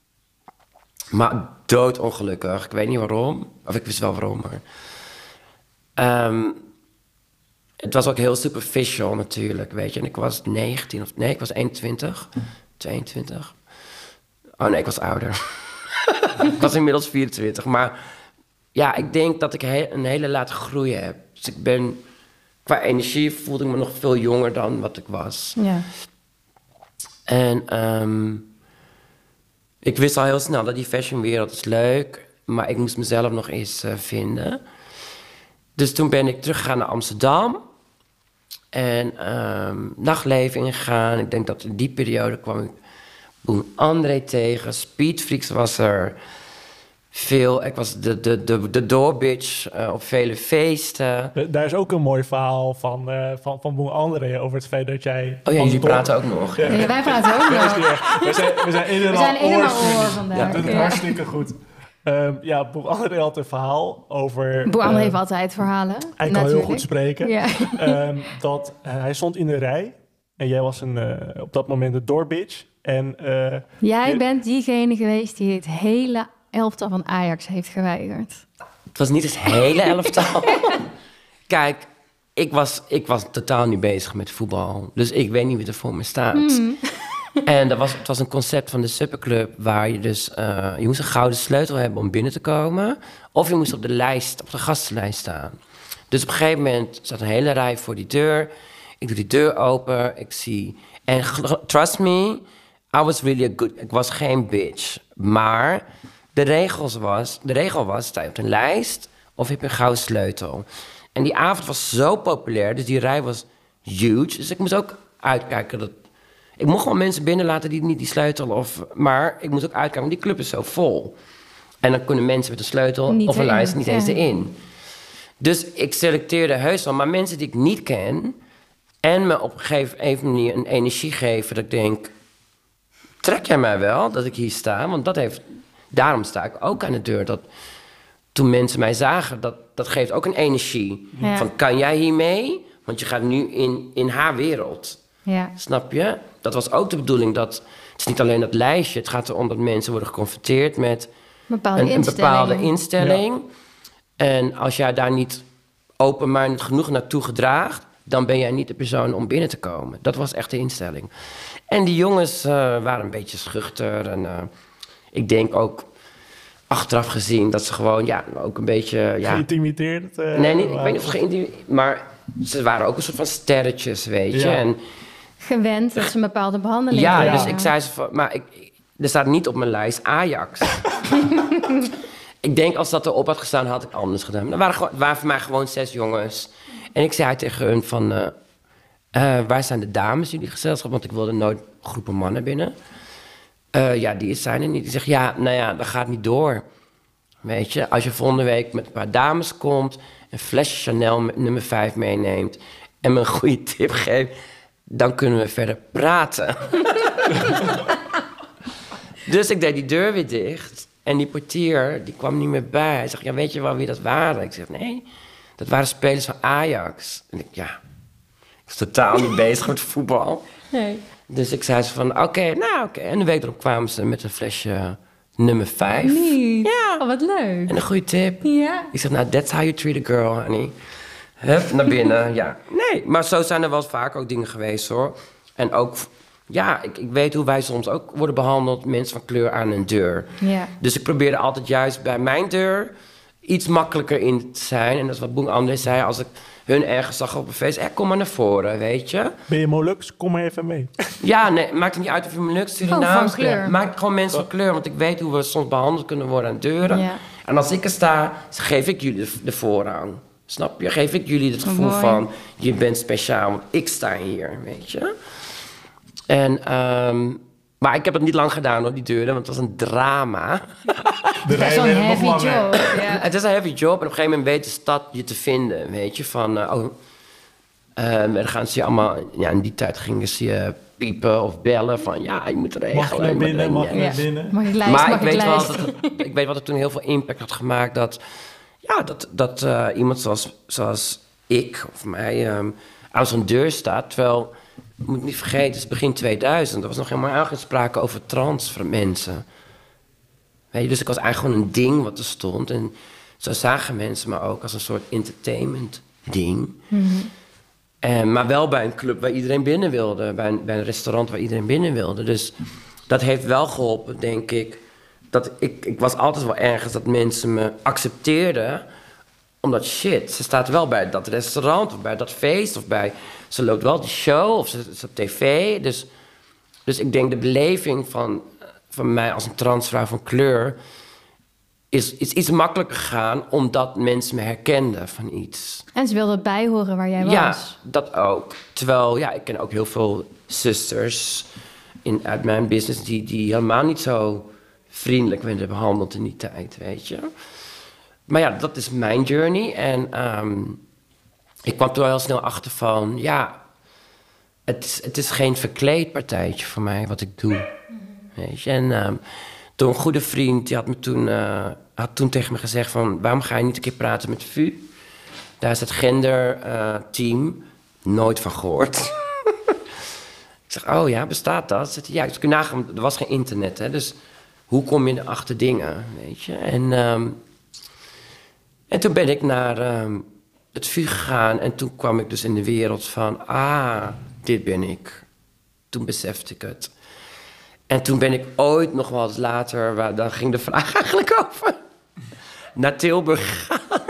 Maar doodongelukkig. Ik weet niet waarom. Of ik wist wel waarom, maar... Um, het was ook heel superficial natuurlijk, weet je. En ik was negentien of... Nee, ik was eenentwintig. tweeëntwintig. Oh nee, ik was ouder. Ik was inmiddels vierentwintig. Maar ja, ik denk dat ik he- een hele late groei heb. Dus ik ben... Qua energie voelde ik me nog veel jonger dan wat ik was. Ja. En um, ik wist al heel snel dat die fashionwereld is leuk. Maar ik moest mezelf nog eens uh, vinden. Dus toen ben ik teruggegaan naar Amsterdam. En um, nachtleven ingegaan. Ik denk dat in die periode kwam ik Boon André tegen. Speed Freaks was er veel. Ik was de, de, de, de doorbitch uh, op vele feesten. Daar is ook een mooi verhaal van, uh, van, van Boon André over het feit dat jij... Oh ja, jullie door... praten ook nog. Ja. Ja, wij praten ook Ja, is nog. niet echt. We zijn, we zijn in en We al zijn in en al oor. oor vandaag. Ja, Dat doet het Ja. hartstikke goed. Um, ja, Boon André had een verhaal over... Boer André uh, heeft altijd verhalen. Hij kan natuurlijk. heel goed spreken. Ja. Um, dat uh, hij stond in de rij en jij was een, uh, op dat moment de doorbitch. En, uh, Jij je... bent diegene geweest die het hele elftal van Ajax heeft geweigerd. Het was niet het hele elftal. Kijk, ik was, ik was totaal niet bezig met voetbal. Dus ik weet niet wie er voor me staat. Mm. En dat was, het was een concept van de Superclub... waar je dus... Uh, je moest een gouden sleutel hebben om binnen te komen... of je moest op de lijst, op de gastenlijst staan. Dus op een gegeven moment zat een hele rij voor die deur. Ik doe die deur open, ik zie... En trust me, I was really a good... Ik was geen bitch. Maar de, regels was, de regel was, sta je op een lijst... of heb je een gouden sleutel. En die avond was zo populair, dus die rij was huge. Dus ik moest ook uitkijken dat... Ik mocht wel mensen binnenlaten die niet die sleutel of... Maar ik moest ook uitkijken, want die club is zo vol. En dan kunnen mensen met een sleutel Niet of een erin, lijst niet ja. eens erin. Dus ik selecteerde heus wel, maar mensen die ik niet ken... en me op een gegeven manier een energie geven dat ik denk... trek jij mij wel dat ik hier sta? Want dat heeft... Daarom sta ik ook aan de deur. Dat toen mensen mij zagen, dat, dat geeft ook een energie. Ja. Van, kan jij hier mee? Want je gaat nu in, in haar wereld... Ja. Snap je? Dat was ook de bedoeling. Dat, het is niet alleen dat lijstje. Het gaat erom dat mensen worden geconfronteerd met Bepaalde een, een instellingen. bepaalde instelling. En als jij daar niet open-minded genoeg naartoe gedraagt... dan ben jij niet de persoon om binnen te komen. Dat was echt de instelling. En die jongens uh, waren een beetje schuchter. En uh, ik denk ook achteraf gezien dat ze gewoon ja, ook een beetje... Ja, Geïntimideerd? Uh, nee, niet, ik weet niet of geïntimideerd... Maar ze waren ook een soort van sterretjes, weet je. Ja. En, Gewend dat ze een bepaalde behandeling ja, krijgen. dus ik zei ze van... Maar ik, er staat niet op mijn lijst Ajax. Ik denk als dat erop had gestaan, had ik anders gedaan. Maar er waren, gewoon, er waren voor mij gewoon zes jongens. En ik zei tegen hun van... Uh, uh, waar zijn de dames in die gezelschap? Want ik wilde nooit groepen mannen binnen. Uh, ja, die zijn er niet. Die zegt, ja, nou ja, dat gaat niet door. Weet je, als je volgende week met een paar dames komt... een flesje Chanel met nummer vijf meeneemt... en me een goede tip geeft... dan kunnen we verder praten. Dus ik deed die deur weer dicht. En die portier, die kwam niet meer bij. Hij zegt, ja, weet je wel wie dat waren? Ik zeg, nee, Dat waren spelers van Ajax. En ik, ja, ik was totaal niet bezig met voetbal. Nee. Dus ik zei ze van, oké, okay, nou oké. Okay. En de week erop kwamen ze met een flesje nummer vijf. Niet? Ja. Oh, wat leuk. En een goede tip. Ja. Ik zeg, nou, that's how you treat a girl, honey. Hup, naar binnen, ja. Nee, maar zo zijn er wel vaak ook dingen geweest, hoor. En ook, ja, ik, ik weet hoe wij soms ook worden behandeld. Mensen van kleur aan een deur. Ja. Dus ik probeerde altijd juist bij mijn deur iets makkelijker in te zijn. En dat is wat Boen André zei. Als ik hun ergens zag op een feest, eh, kom maar naar voren, weet je. Ben je Molux? Kom maar even mee. Ja, nee, maakt het niet uit of je Molux, Surinaams... van kleur. Maakt gewoon mensen van kleur, want ik weet hoe we soms behandeld kunnen worden aan deuren. Ja. En als ik er sta, geef ik jullie de, de voorrang. Snap je? Geef ik jullie het gevoel Mooi. van, je bent speciaal, want ik sta hier, weet je. En, um, maar ik heb het niet lang gedaan, hoor, die deuren, want het was een drama. De Dat is zo'n heavy job. Ja. Het is een heavy job en op een gegeven moment weet de stad je te vinden, weet je. Van, uh, oh, um, dan gaan ze je allemaal... Ja, in die tijd gingen ze je piepen of bellen van... Ja, je moet regelen. Mag je naar binnen, mag je Ja. naar binnen. Mag ik lijst, Maar mag ik ik weet, wel lijst? dat het, ik weet wel dat het toen heel veel impact had gemaakt... dat, ja, dat, dat uh, iemand zoals, zoals ik of mij um, aan zo'n deur staat. Terwijl, je moet niet vergeten, het is begin tweeduizend. Er was nog helemaal geen sprake over trans voor mensen. Weet je, dus ik was eigenlijk gewoon een ding wat er stond. En zo zagen mensen me ook als een soort entertainment ding. Mm-hmm. En, maar wel bij een club waar iedereen binnen wilde. Bij een, bij een restaurant waar iedereen binnen wilde. Dus dat heeft wel geholpen, denk ik. Dat ik, ik was altijd wel ergens dat mensen me accepteerden. Omdat shit, ze staat wel bij dat restaurant of bij dat feest. Of bij, ze loopt wel die show of ze is op tv. Dus, dus ik denk de beleving van, van mij als een transvrouw van kleur... Is, is iets makkelijker gegaan omdat mensen me herkenden van iets. En ze wilden bijhoren waar jij Ja, was. dat ook. Terwijl, ja, ik ken ook heel veel zusters in, uit mijn business... Die, die helemaal niet zo vriendelijk werden behandeld in die tijd, weet je. Maar ja, dat is mijn journey. En um, ik kwam toen heel snel achter van... Ja, het is, het is geen verkleedpartijtje voor mij wat ik doe. Weet je, en... Um, Toen een goede vriend, die had, me toen, uh, had toen tegen me gezegd van... waarom ga je niet een keer praten met V U? Daar is het genderteam, uh, nooit van gehoord. Ik zeg, oh ja, bestaat dat? Zegt hij, ja, dus kun je nagaan, er was geen internet, hè, dus hoe kom je achter dingen, weet je? En, um, en toen ben ik naar um, het V U gegaan en toen kwam ik dus in de wereld van... ah, dit ben ik. Toen besefte ik het. En toen ben ik ooit nog wel eens later, waar, daar ging de vraag eigenlijk over, naar Tilburg gegaan.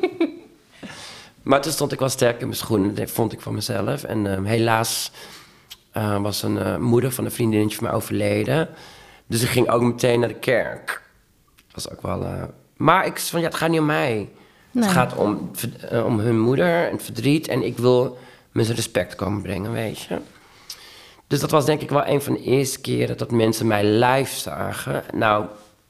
Maar toen stond ik wel sterk in mijn schoenen, dat vond ik van mezelf. En uh, helaas uh, was een uh, moeder van een vriendinnetje van mij overleden. Dus ik ging ook meteen naar de kerk. Dat was ook wel... Uh, maar ik zei van, ja, het gaat niet om mij. Nee. Het gaat om, uh, om hun moeder en het verdriet. En ik wil me zijn respect komen brengen, weet je. Dus dat was denk ik wel een van de eerste keren dat mensen mij live zagen. Nou,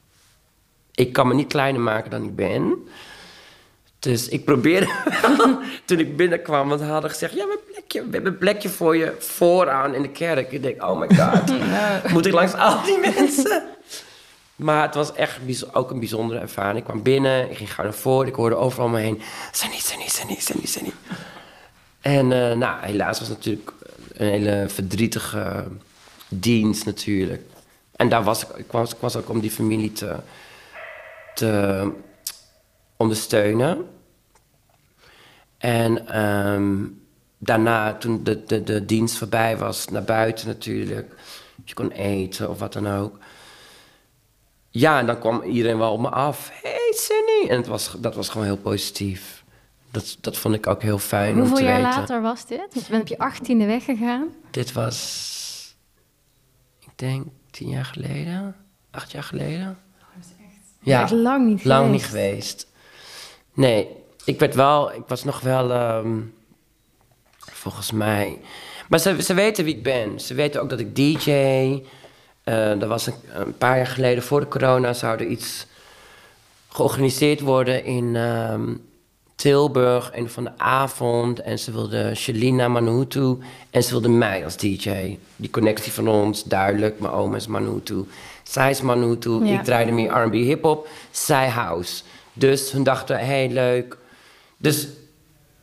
ik kan me niet kleiner maken dan ik ben. Dus ik probeerde toen ik binnenkwam, want ze hadden gezegd... ja, we hebben, plekje, we hebben een plekje voor je vooraan in de kerk. Ik denk, oh my god, moet ik langs al die mensen? Maar het was echt ook een bijzondere ervaring. Ik kwam binnen, ik ging gauw naar voren, ik hoorde overal om me heen... Sunny, Sunny, Sunny, Sunny, Sunny. En uh, nou, helaas was het natuurlijk een hele verdrietige dienst natuurlijk. En daar was ik, ik was, ik was ook om die familie te, te ondersteunen. En um, daarna, toen de, de, de dienst voorbij was, naar buiten natuurlijk. Je kon eten of wat dan ook. Ja, en dan kwam iedereen wel op me af. Hey, Sunny! En het was, dat was gewoon heel positief. Dat, dat vond ik ook heel fijn om te weten. Hoeveel jaar later was dit? Want je bent op je achttiende weggegaan. Dit was, ik denk, tien jaar geleden. Acht jaar geleden. Dat is echt... Ja, echt lang niet lang geweest. niet geweest. Nee, ik werd wel, ik was nog wel, um, volgens mij... Maar ze, ze weten wie ik ben. Ze weten ook dat ik D J... Uh, er was een, een paar jaar geleden, voor de corona, zou er iets georganiseerd worden in um, Tilburg, een van de avond. En ze wilde Shelina Manutu en ze wilde mij als D J. Die connectie van ons, duidelijk. Mijn oma is Manutu. Zij is Manutu. Ja. Ik draaide meer R en B hip-hop. Zij house. Dus hun dachten, hey, leuk. Dus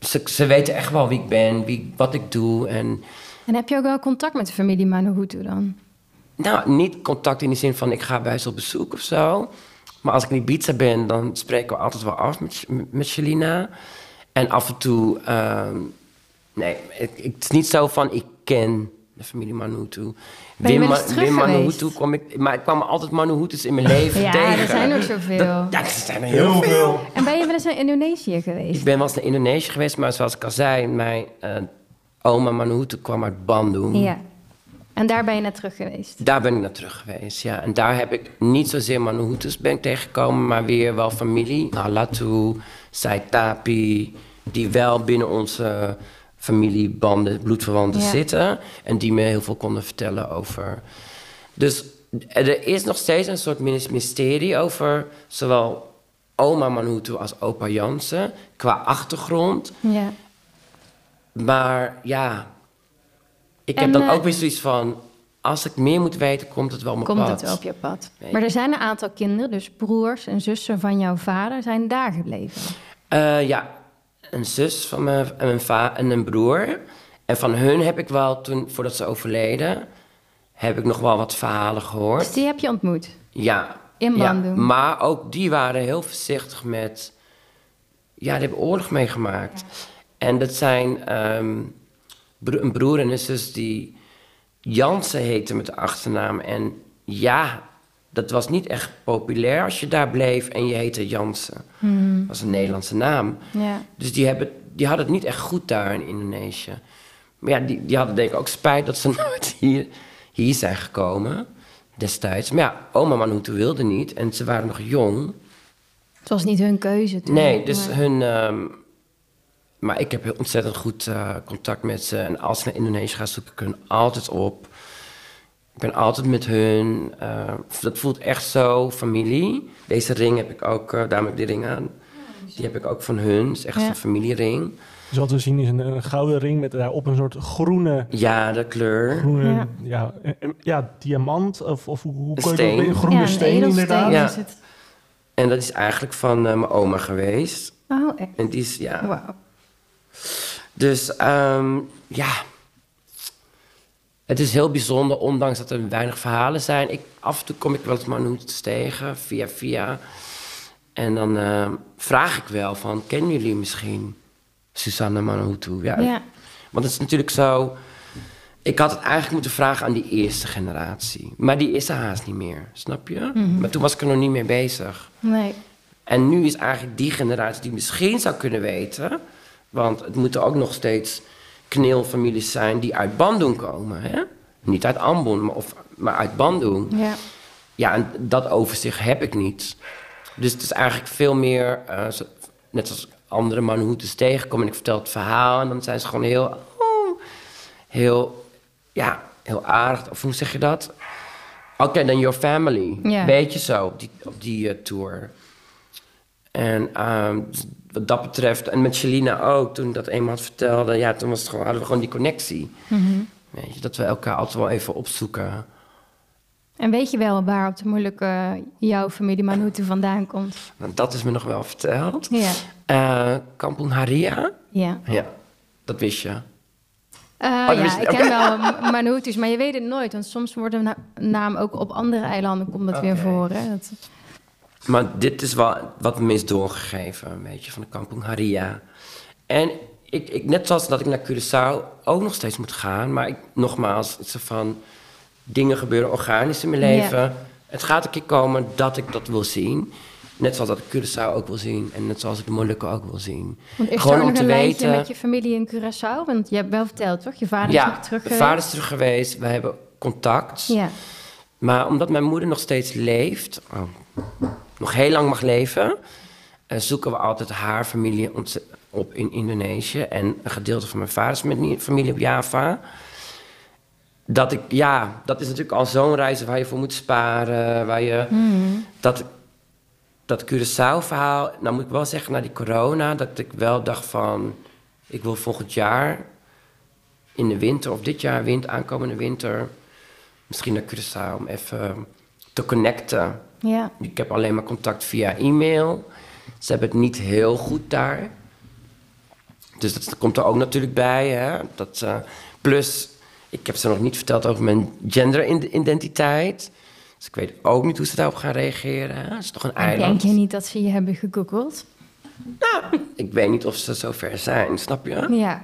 ze, ze weten echt wel wie ik ben, wie, wat ik doe. En, en heb je ook wel contact met de familie Manuhutu dan? Nou, niet contact in de zin van ik ga bij ze op bezoek of zo. Maar als ik in Ibiza ben, dan spreken we altijd wel af met, met Shelina. En af en toe... Um, nee, het, het is niet zo van ik ken de familie Manuhutu. Ben je Wim, wel eens terug Wim geweest? Manuhutu kwam ik... Maar ik kwam altijd Manuhutus in mijn leven ja, tegen. er zijn er zoveel. Dat, ja, er zijn er heel, heel veel. veel. En ben je wel eens naar Indonesië geweest? Ik ben wel eens naar Indonesië geweest, maar zoals ik al zei... mijn uh, oma Manuhutu kwam uit Bandung. Ja. En daar ben je naar terug geweest? Daar ben ik naar terug geweest, ja. En daar heb ik niet zozeer Manuhutus ben ik tegengekomen... maar weer wel familie. Alatu, Saitapi... die wel binnen onze familiebanden, bloedverwanten ja. zitten... en die me heel veel konden vertellen over... Dus er is nog steeds een soort mysterie over... zowel oma Manuhutu als opa Jansen... qua achtergrond. Ja. Maar ja... Ik en, heb dan uh, ook weer zoiets van... als ik meer moet weten, komt het wel op mijn komt pad. Komt het wel op je pad. Nee. Maar er zijn een aantal kinderen, dus broers en zussen van jouw vader... zijn daar gebleven? Uh, ja, een zus van mijn, en, mijn va- en een broer. En van hun heb ik wel, toen, voordat ze overleden... heb ik nog wel wat verhalen gehoord. Dus die heb je ontmoet? Ja. In Bandung? Ja, maar ook die waren heel voorzichtig met... Ja, die hebben oorlog meegemaakt. Ja. En dat zijn... Um, een broer en een zus die Jansen heette met de achternaam. En ja, dat was niet echt populair als je daar bleef en je heette Jansen. Mm. Dat was een Nederlandse naam. Ja. Dus die, hebben, die hadden het niet echt goed daar in Indonesië. Maar ja, die, die hadden denk ik ook spijt dat ze nooit hier, hier zijn gekomen destijds. Maar ja, oma Manuhutu wilde niet en ze waren nog jong. Het was niet hun keuze toen. Nee, dus maar... hun... Um, Maar ik heb heel ontzettend goed uh, contact met ze. En als ik naar Indonesië ga, zoek ik hun altijd op. Ik ben altijd met hun. Uh, dat voelt echt zo familie. Deze ring heb ik ook, uh, daarom heb ik die ring aan. Die heb ik ook van hun. Het is echt ja. een familiering. Dus wat we zien is een, een gouden ring met daarop een soort groene... Ja, de kleur. Groene, ja, ja, ja diamant of, of hoe, hoe een steen. Je een groene ja, een steen inderdaad. Ja. Is het. En dat is eigenlijk van uh, mijn oma geweest. Oh, echt? En die is, ja... Wauw. Dus um, ja, het is heel bijzonder, ondanks dat er weinig verhalen zijn. Ik, af en toe kom ik wel eens Manuhutus tegen, via via. En dan uh, vraag ik wel van, kennen jullie misschien Susanna Manuhutu? Ja. ja. Want het is natuurlijk zo, ik had het eigenlijk moeten vragen aan die eerste generatie. Maar die is er haast niet meer, snap je? Mm-hmm. Maar toen was ik er nog niet mee bezig. Nee. En nu is eigenlijk die generatie die misschien zou kunnen weten... Want het moeten ook nog steeds kneelfamilies zijn die uit Bandung komen. Hè? Niet uit Ambon, maar, of, maar uit Bandung. Ja. Ja, en dat overzicht heb ik niet. Dus het is eigenlijk veel meer... Uh, zo, net als andere Manuhutus tegenkom en ik vertel het verhaal... en dan zijn ze gewoon heel... Oh, heel, ja, heel aardig. Of hoe zeg je dat? Oké, okay, then your family. Ja. Beetje zo, op die, op die uh, tour. En... Um, wat dat betreft, en met Shelina ook, toen dat eenmaal vertelde... ja, toen was het gewoon, hadden we gewoon die connectie. Mm-hmm. Weet je, dat we elkaar altijd wel even opzoeken. En weet je wel waar op de moeilijke jouw familie Manuhutu vandaan komt? Want dat is me nog wel verteld. Ja. Uh, Kampung Haria? Ja. Ja, dat wist je. Uh, oh, dat ja, wist je. ik ken wel Manuhutus, maar je weet het nooit. Want soms wordt een na- naam ook op andere eilanden komt dat okay. weer voor. Hè? Dat... Maar dit is wel wat me is doorgegeven, een beetje, van de Kampung Haria. En ik, ik, net zoals dat ik naar Curaçao ook nog steeds moet gaan... maar ik, nogmaals, het is van... dingen gebeuren organisch in mijn leven. Ja. Het gaat een keer komen dat ik dat wil zien. Net zoals dat ik Curaçao ook wil zien. En net zoals ik de Molukken ook wil zien. Want is Gewoon er om nog te een weten... met je familie in Curaçao? Want je hebt wel verteld, toch? Je vader ja, is nog terug geweest. Ja, vader is terug geweest. We hebben contact. Ja. Maar omdat mijn moeder nog steeds leeft... Oh, nog heel lang mag leven... Uh, zoeken we altijd haar familie op in Indonesië. En een gedeelte van mijn vaders familie op Java... Dat ik, ja, dat is natuurlijk al zo'n reis waar je voor moet sparen. Waar je, mm. dat, dat Curaçao-verhaal, nou moet ik wel zeggen, na die corona, dat ik wel dacht van, ik wil volgend jaar in de winter, of dit jaar, wind, aankomende winter, misschien naar Curaçao om even te connecten. Ja. Ik heb alleen maar contact via e-mail. Ze hebben het niet heel goed daar. Dus dat komt er ook natuurlijk bij. Hè? Dat, uh, plus, ik heb ze nog niet verteld over mijn genderidentiteit. Dus ik weet ook niet hoe ze daarop gaan reageren. Hè? Het is toch een eiland. Denk je niet dat ze je hebben gegoogeld? Nou, ik weet niet of ze zover zijn, snap je? Ja.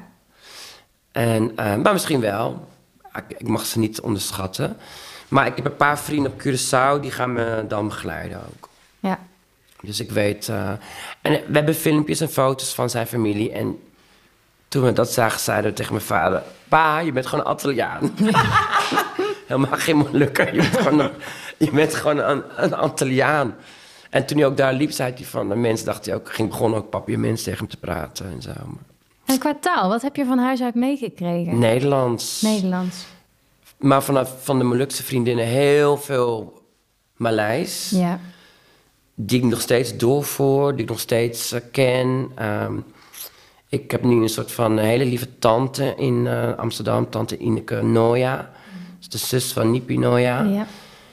En, uh, maar misschien wel. Ik, ik mag ze niet onderschatten. Maar ik heb een paar vrienden op Curaçao, die gaan me dan begeleiden ook. Ja. Dus ik weet... Uh, en we hebben filmpjes en foto's van zijn familie. En toen we dat zagen, zeiden we tegen mijn vader... Pa, je bent gewoon een Antilliaan. Helemaal geen Molukker. Je bent gewoon een, je bent gewoon een, een Antilliaan. En toen hij ook daar liep, zei hij van... De mensen dachten hij ook... ging begon ook papiaments tegen hem te praten en zo. En qua taal, wat heb je van huis uit meegekregen? Nederlands. Nederlands. Maar vanaf van de Molukse vriendinnen heel veel Maleis. Ja. Die ik nog steeds doorvoer, die ik nog steeds uh, ken. Um, ik heb nu een soort van een hele lieve tante in uh, Amsterdam, tante Ineke Noya. Dat is de zus van Nipi Noya. Ja.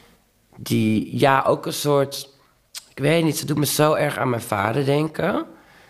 Die, ja, ook een soort... Ik weet niet, ze doet me zo erg aan mijn vader denken.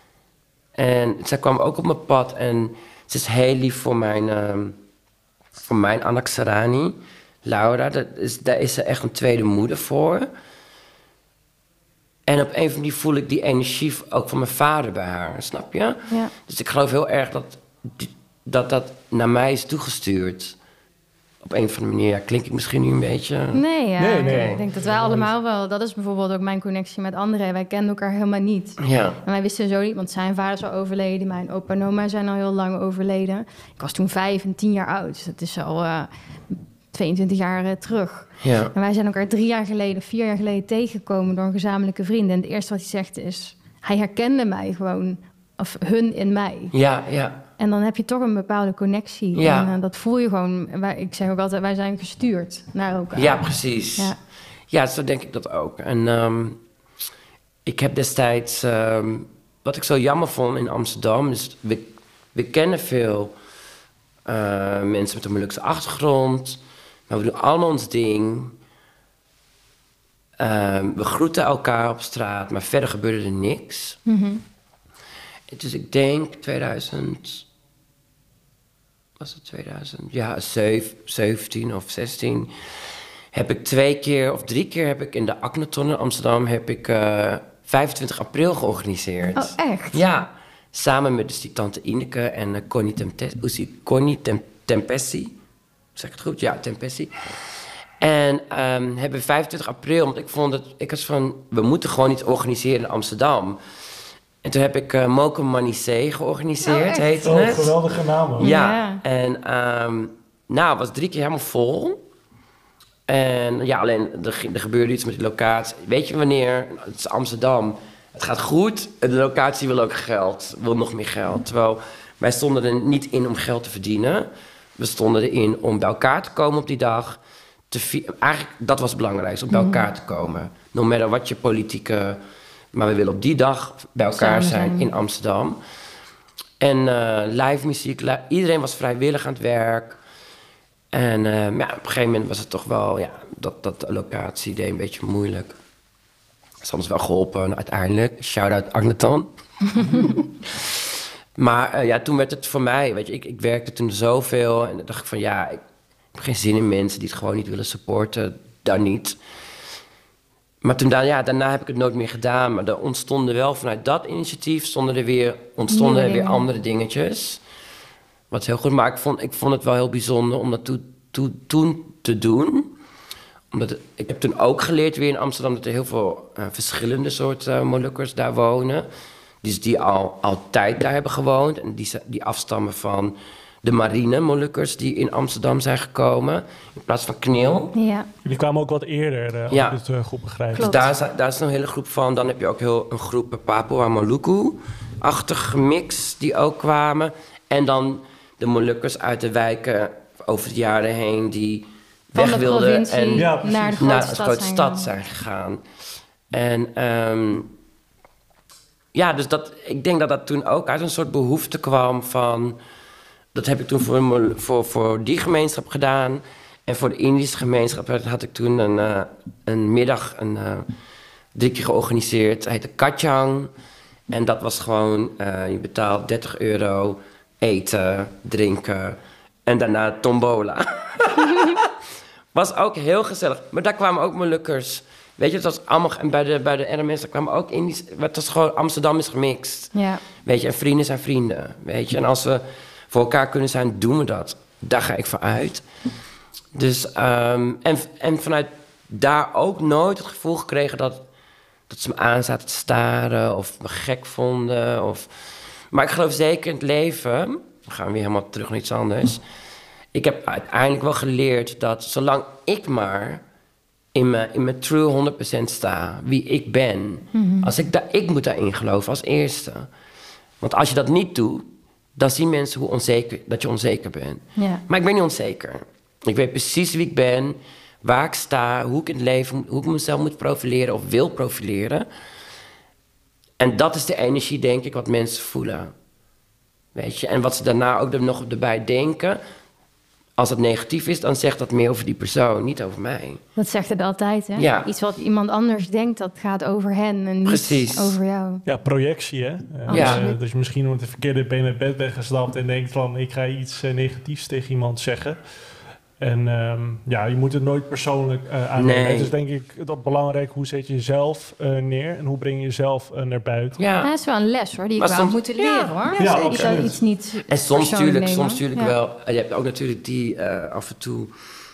En zij kwam ook op mijn pad en ze is heel lief voor mijn... Um, voor mijn Anaxarani, Laura, dat is, daar is ze echt een tweede moeder voor. En op een of andere manier voel ik die energie ook van mijn vader bij haar, snap je? Ja. Dus ik geloof heel erg dat, dat dat naar mij is toegestuurd. Op een of andere manier, ja, klink ik misschien nu een beetje... Nee, ja. Nee, nee. Ik denk dat wij allemaal wel... Dat is bijvoorbeeld ook mijn connectie met André. Wij kenden elkaar helemaal niet. Ja. En wij wisten zo niet, want zijn vader is al overleden. Mijn opa en oma zijn al heel lang overleden. Ik was toen vijf en tien jaar oud. Dus dat is al uh, tweeëntwintig jaar uh, terug. Ja. En wij zijn elkaar drie jaar geleden, vier jaar geleden tegengekomen door een gezamenlijke vriend. En het eerste wat hij zegt is... Hij herkende mij gewoon, of hun in mij. Ja, ja. En dan heb je toch een bepaalde connectie. Ja. En uh, dat voel je gewoon... Wij, ik zeg ook altijd, wij zijn gestuurd naar elkaar. Ja, precies. Ja. Ja, zo denk ik dat ook. En um, ik heb destijds... Um, wat ik zo jammer vond in Amsterdam... is we, we kennen veel uh, mensen met een Molukse achtergrond... maar we doen allemaal ons ding. Um, we groeten elkaar op straat... maar verder gebeurde er niks. Mm-hmm. Dus ik denk tweeduizend... Was het tweeduizend? Ja, zeventien of zestien... heb ik twee keer of drie keer heb ik in de Akneton in Amsterdam... heb ik uh, vijfentwintig april georganiseerd. Oh, echt? Ja, samen met dus die tante Ineke en uh, Connie, Temte- Connie Tem- Tempessi. Zeg ik het goed? Ja, Tempessi. En um, hebben we vijfentwintig april, want ik vond het... Ik was van, we moeten gewoon iets organiseren in Amsterdam... En toen heb ik uh, Moken Manissé georganiseerd, oh, heette Oh, het. geweldige naam. Hoor. Ja, Ja. en um, nou, het was drie keer helemaal vol. En ja, alleen er, er gebeurde iets met die locatie. Weet je wanneer? Het is Amsterdam. Het gaat goed, de locatie wil ook geld, wil nog meer geld. Terwijl wij stonden er niet in om geld te verdienen. We stonden erin om bij elkaar te komen op die dag. Te vi- Eigenlijk, dat was het belangrijkste, om bij elkaar te komen. No matter wat je politieke... Maar we willen op die dag bij elkaar Samen zijn zijn. in Amsterdam. En uh, live muziek, li- iedereen was vrijwillig aan het werk. En uh, ja, op een gegeven moment was het toch wel... Ja, dat, dat locatie deed een beetje moeilijk. Dat is ons wel geholpen uiteindelijk. Shout-out Agneton. Maar uh, ja, toen werd het voor mij... Weet je, ik, ik werkte toen zoveel. En dan dacht ik van ja, ik heb geen zin in mensen die het gewoon niet willen supporten. Dan niet. Maar toen, ja, daarna heb ik het nooit meer gedaan. Maar er ontstonden wel vanuit dat initiatief... Stonden er weer, ontstonden Nieuwe er weer dingen. andere dingetjes. Wat heel goed, maar ik vond, ik vond het wel heel bijzonder... om dat to, to, toen te doen. Omdat het, ik heb toen ook geleerd weer in Amsterdam... dat er heel veel uh, verschillende soorten uh, Molukkers daar wonen. Dus die al altijd daar hebben gewoond. En die, die afstammen van de marine Molukkers... die in Amsterdam zijn gekomen. In plaats van Knil. Ja. Jullie kwamen ook wat eerder, uh, Ja. als ik het uh, goed begrijp. Klopt. Dus daar is, daar is een hele groep van. Dan heb je ook heel, een groep Papua Maluku-achtige mix die ook kwamen. En dan de Molukkers uit de wijken over de jaren heen die Van weg de wilden provincie en Ja, precies. naar de grote naar de stad, grote zijn stad gegaan. zijn gegaan. En um, ja, dus dat, ik denk dat dat toen ook uit een soort behoefte kwam van... Dat heb ik toen voor, voor, voor die gemeenschap gedaan. En voor de Indische gemeenschap had ik toen een, uh, een middag, een, uh, drie keer georganiseerd. Het heette Katjang. En dat was gewoon, uh, je betaalt dertig euro, eten, drinken en daarna tombola. Was ook heel gezellig. Maar daar kwamen ook Molukkers. Weet je, het was allemaal... En bij de, bij de R M S, daar kwamen ook Indisch... Het was gewoon... Amsterdam is gemixt. Ja. Weet je, en vrienden zijn vrienden. Weet je, en als we voor elkaar kunnen zijn, doen we dat. Daar ga ik voor uit. Dus, um, en, en vanuit daar ook nooit het gevoel gekregen dat... dat ze me aan zaten te staren of me gek vonden. Of... Maar ik geloof zeker in het leven... We gaan weer helemaal terug naar iets anders. Ik heb uiteindelijk wel geleerd dat zolang ik maar... in mijn, in mijn true honderd procent sta, wie ik ben... Mm-hmm. Als ik, daar, ik moet daarin geloven als eerste. Want als je dat niet doet... dan zien mensen hoe onzeker, dat je onzeker bent. Ja. Maar ik ben niet onzeker. Ik weet precies wie ik ben... waar ik sta, hoe ik in het leven... hoe ik mezelf moet profileren of wil profileren. En dat is de energie, denk ik, wat mensen voelen. Weet je? En wat ze daarna ook er nog erbij denken... Als het negatief is, dan zegt dat meer over die persoon, niet over mij. Dat zegt het altijd, hè? Ja. Iets wat iemand anders denkt, dat gaat over hen en niet Precies. over jou. Ja, projectie, hè? Uh, Ja. Dus, uh, dus misschien met de verkeerde been naar bed bent gestapt... en denkt van, ik ga iets uh, negatiefs tegen iemand zeggen... En um, ja, je moet het nooit persoonlijk uh, aannemen. Nee. Het is denk ik dat belangrijk, hoe zet je jezelf uh, neer... en hoe breng je jezelf uh, naar buiten. Ja. Ja, dat is wel een les, hoor, die Maar ik wel soms- moeten ja. leren, hoor. Ja, Dus ik zou absoluut. iets niet En soms persoonlijk tuurlijk, nemen. soms tuurlijk Ja. wel. Je hebt ook natuurlijk die uh, af en toe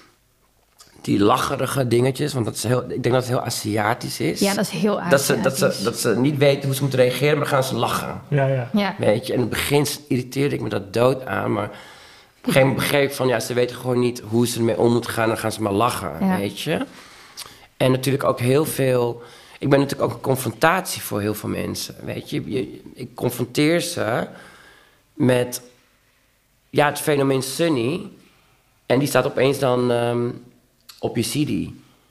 die lacherige dingetjes, want dat is heel, ik denk dat het heel Aziatisch is. Ja, dat is heel dat ze, dat, Aziatisch. ze, dat ze niet weten hoe ze moeten reageren, maar dan gaan ze lachen. Ja, ja. Ja. Weet je, en in het begin irriteerde ik me dat dood aan, maar op een gegeven moment begreep ik van, ja, ze weten gewoon niet hoe ze ermee om moeten gaan, dan gaan ze maar lachen, Ja. weet je. En natuurlijk ook heel veel, ik ben natuurlijk ook een confrontatie voor heel veel mensen, weet je. je ik confronteer ze met, ja, het fenomeen Sunny, en die staat opeens dan um, op je C D.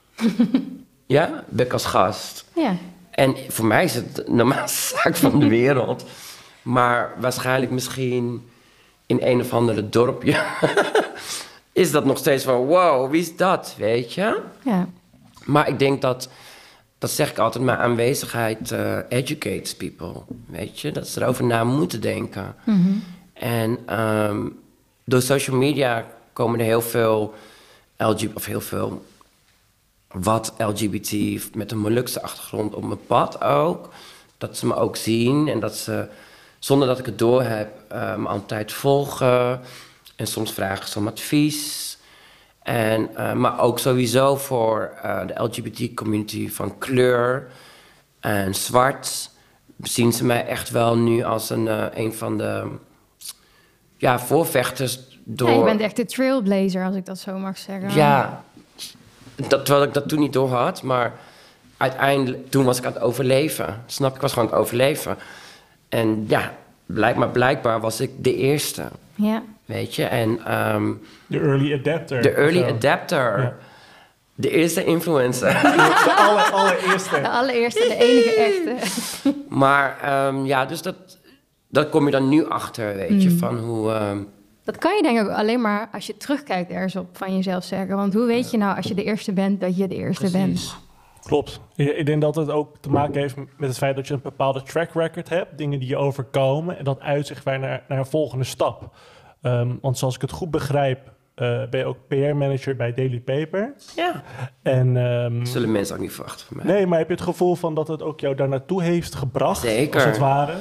Ja, ben ik als gast. Ja. En voor mij is het de normaalste zaak van de wereld. Maar waarschijnlijk misschien in een of andere dorpje... is dat nog steeds van, wow, wie is dat, weet je? Ja. Maar ik denk dat, dat zeg ik altijd, mijn aanwezigheid uh, educates people, weet je? Dat ze erover na moeten denken. Mm-hmm. En um, door social media komen er heel veel L G B T, of heel veel... wat L G B T met een Molukse achtergrond op mijn pad ook. Dat ze me ook zien en dat ze, zonder dat ik het doorheb, uh, me altijd volgen. En soms vragen ze om advies. En, uh, maar ook sowieso voor uh, de L G B T-community van kleur en zwart... zien ze mij echt wel nu als een, uh, een van de ja, voorvechters door... Ja, je bent echt de trailblazer, als ik dat zo mag zeggen. Ja, dat, terwijl ik dat toen niet door had, maar uiteindelijk, toen was ik aan het overleven. Snap je? Ik was gewoon aan het overleven. En ja, blijkbaar, blijkbaar was ik de eerste, Ja. weet je. En um, De early adapter. de early Zo. adapter, Ja. de eerste influencer. De aller, allereerste. De allereerste, de enige echte. Maar um, ja, dus dat, dat kom je dan nu achter, weet je, Mm. van hoe... Um, Dat kan je denk ik alleen maar als je terugkijkt ergens op van jezelf zeggen. Want hoe weet je nou als je de eerste bent dat je de eerste bent? Klopt. Ik, ik denk dat het ook te maken heeft met het feit dat je een bepaalde track record hebt. Dingen die je overkomen. En dat uitzicht weer naar, naar een volgende stap. Um, want zoals ik het goed begrijp, uh, ben je ook P R-manager bij Daily Paper. ja, En, um, zullen mensen ook niet verwachten van mij. nee, maar heb je het gevoel van dat het ook jou daar naartoe heeft gebracht? Zeker. Als het ware?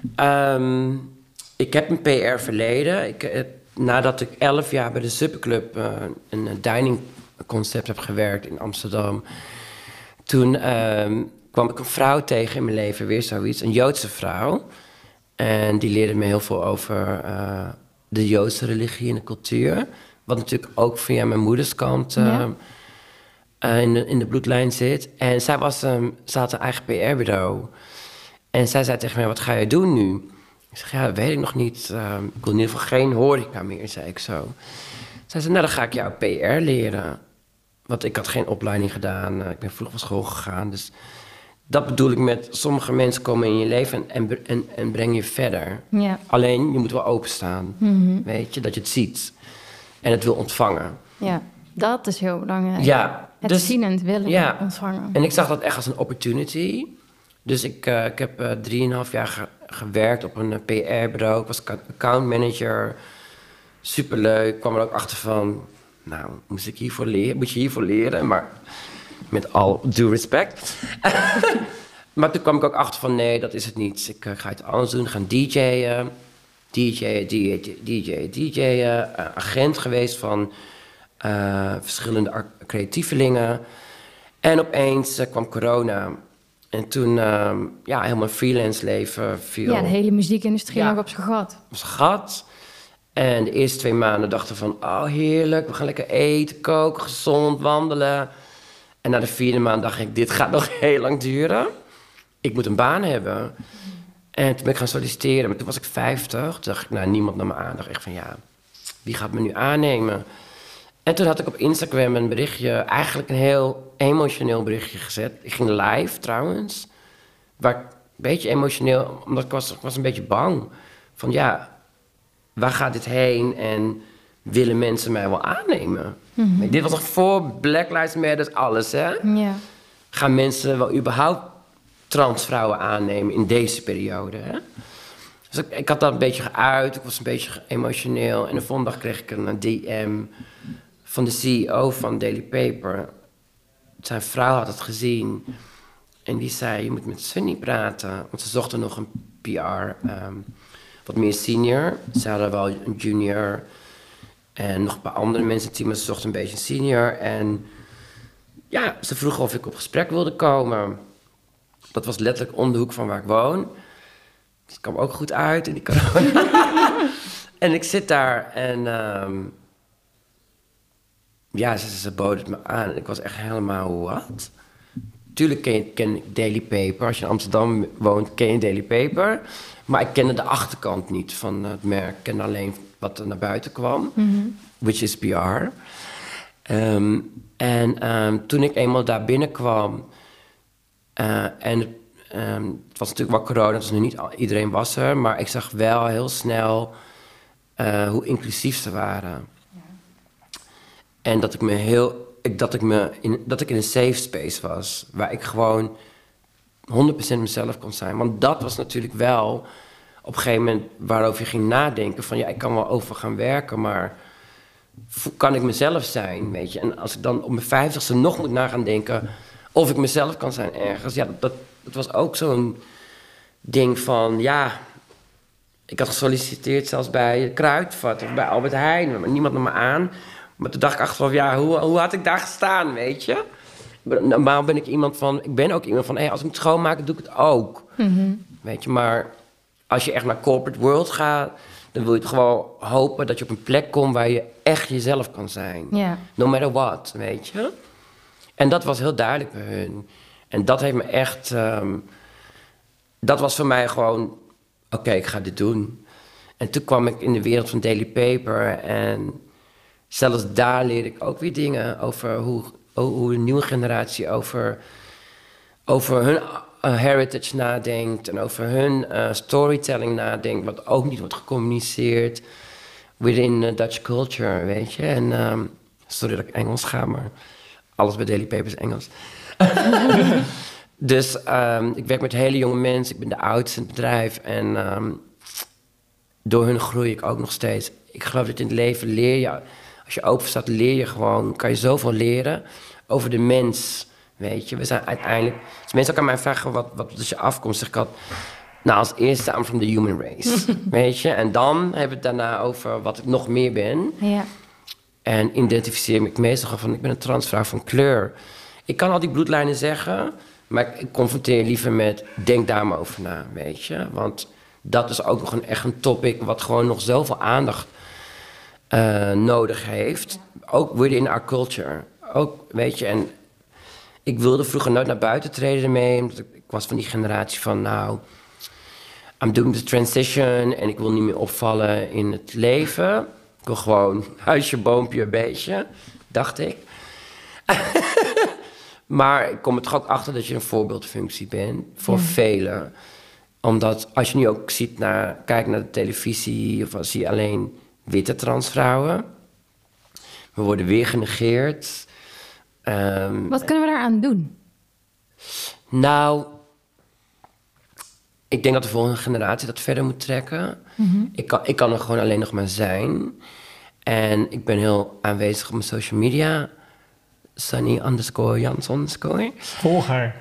Um, ik heb een P R-verleden. Ik, eh, nadat ik elf jaar bij de Superclub uh, een, een dining concept heb gewerkt in Amsterdam... toen um, kwam ik een vrouw tegen in mijn leven, weer zoiets, een Joodse vrouw. En die leerde me heel veel over uh, de Joodse religie en de cultuur. Wat natuurlijk ook via mijn moeders kant uh, Ja. uh, in, de, in de bloedlijn zit. En zij, was, um, ze had een eigen P R-bureau. En zij zei tegen mij, wat ga je doen nu? Ik zeg, ja, dat weet ik nog niet. Uh, ik wil in ieder geval geen horeca meer, zei ik zo. Zij zei, nou, dan ga ik jou P R leren. Want ik had geen opleiding gedaan. Uh, ik ben vroeg van school gegaan. Dus dat bedoel ik met, sommige mensen komen in je leven en, en, en, en brengen je verder. Ja. Alleen, je moet wel openstaan. Mhm. Weet je, dat je het ziet. En het wil ontvangen. Ja, dat is heel belangrijk. Ja, Het dus- zien en het willen ja. ontvangen. En ik zag dat echt als een opportunity. Dus ik, uh, ik heb uh, drieënhalf jaar ge- gewerkt op een uh, P R-bureau. Ik was accountmanager. Superleuk. Ik kwam er ook achter van... Nou, moest ik hiervoor leren? Moet je hiervoor leren? Maar met all due respect. Maar toen kwam ik ook achter van... Nee, dat is het niet. Ik uh, ga iets anders doen. Gaan DJ'en. DJ'en, DJ'en, DJ'en, DJ'en. Uh, agent geweest van uh, verschillende ar- creatievelingen. En opeens uh, kwam corona... En toen, uh, ja, helemaal freelance leven viel... Ja, de hele muziekindustrie Ja. lag op zijn gat. op zijn gat. En de eerste twee maanden dachten van... Oh, heerlijk, we gaan lekker eten, koken, gezond, wandelen. En na de vierde maand dacht ik... Dit gaat nog heel lang duren. Ik moet een baan hebben. En toen ben ik gaan solliciteren. Maar toen was ik vijftig. Toen dacht ik, nou, niemand nam me aan. Dacht ik van, ja, wie gaat me nu aannemen? En toen had ik op Instagram een berichtje... Eigenlijk een heel emotioneel berichtje gezet. Ik ging live, trouwens. Waar ik een beetje emotioneel... Omdat ik was, ik was een beetje bang. Van, ja... Waar gaat dit heen en willen mensen mij wel aannemen? Mm-hmm. Dit was nog voor Black Lives Matter, alles, hè? Ja. Gaan mensen wel überhaupt transvrouwen aannemen in deze periode, hè? Dus ik, ik had dat een beetje geuit, ik was een beetje emotioneel. En de volgende dag kreeg ik een D M van de C E O van Daily Paper. Zijn vrouw had het gezien. En die zei, je moet met Sunny praten. Want ze zochten nog een P R... Um, wat meer senior. Ze hadden wel een junior en nog een paar andere mensen in het team, maar ze zochten een beetje een senior. En ja, ze vroegen of ik op gesprek wilde komen. Dat was letterlijk om de hoek van waar ik woon. Dus ik kwam ook goed uit in die corona. En ik zit daar en um, ja, ze, ze boden het me aan. En ik was echt helemaal, wat? Tuurlijk ken, je, ken ik Daily Paper. Als je in Amsterdam woont, ken je Daily Paper. Maar ik kende de achterkant niet van het merk. Ik kende alleen wat er naar buiten kwam. Mm-hmm. Which is P R. Um, en um, toen ik eenmaal daar binnenkwam... Uh, en um, het was natuurlijk wel corona, dus nu niet al, iedereen was er... maar ik zag wel heel snel uh, hoe inclusief ze waren. Ja. En dat ik me heel... Ik, dat, ik me in, dat ik in een safe space was... waar ik gewoon honderd procent mezelf kon zijn. Want dat was natuurlijk wel op een gegeven moment waarover je ging nadenken... van ja, ik kan wel over gaan werken, maar kan ik mezelf zijn, weet je? En als ik dan op mijn vijftigste nog moet na gaan denken... of ik mezelf kan zijn ergens... ja, dat, dat was ook zo'n ding van, ja... Ik had gesolliciteerd zelfs bij Kruidvat of bij Albert Heijn... maar niemand nam me aan... Maar toen dacht ik achteraf, ja, hoe, hoe had ik daar gestaan, weet je? Normaal ben ik iemand van... Ik ben ook iemand van, hey, als ik moet schoonmaken, doe ik het ook. Mm-hmm. Weet je, maar als je echt naar corporate world gaat... dan wil je het gewoon hopen dat je op een plek komt... waar je echt jezelf kan zijn. Yeah. No matter what, weet je? En dat was heel duidelijk bij hun. En dat heeft me echt... Um, dat was voor mij gewoon... Oké, okay, ik ga dit doen. En toen kwam ik in de wereld van Daily Paper... en zelfs daar leerde ik ook weer dingen over hoe, hoe de nieuwe generatie over, over hun uh, heritage nadenkt en over hun uh, storytelling nadenkt, wat ook niet wordt gecommuniceerd within uh, Dutch culture, weet je. En um, sorry dat ik Engels ga, maar alles bij Daily Paper is Engels. Dus um, ik werk met hele jonge mensen, ik ben de oudste in het bedrijf en um, door hun groei ik ook nog steeds. Ik geloof dat in het leven leer je... Als je open staat, leer je gewoon, kan je zoveel leren over de mens, weet je. We zijn uiteindelijk... Als mensen ook aan mij vragen, wat, wat is je afkomst? Zeg ik altijd, nou, als eerste, I'm from the human race, weet je. En dan hebben we het daarna over wat ik nog meer ben. Ja. En identificeer ik meestal van, ik ben een transvrouw van kleur. Ik kan al die bloedlijnen zeggen, maar ik, ik confronteer liever met, denk daar maar over na, weet je. Want dat is ook nog een, echt een topic wat gewoon nog zoveel aandacht Uh, nodig heeft. Ook within our culture. Ook, weet je, en ik wilde vroeger nooit naar buiten treden ermee. Omdat ik, ik was van die generatie van, nou, I'm doing the transition en ik wil niet meer opvallen in het leven. Ik wil gewoon huisje, boompje, beestje, dacht ik. Maar ik kom er toch ook achter dat je een voorbeeldfunctie bent voor ja. velen. Omdat als je nu ook ziet naar, kijkt naar de televisie of als je alleen witte transvrouwen. We worden weer genegeerd. Um, Wat kunnen we daaraan doen? Nou, ik denk dat de volgende generatie dat verder moet trekken. Mm-hmm. Ik, kan, ik kan er gewoon alleen nog maar zijn. En ik ben heel aanwezig op mijn social media. Sunny underscore Jans underscore. Volg haar.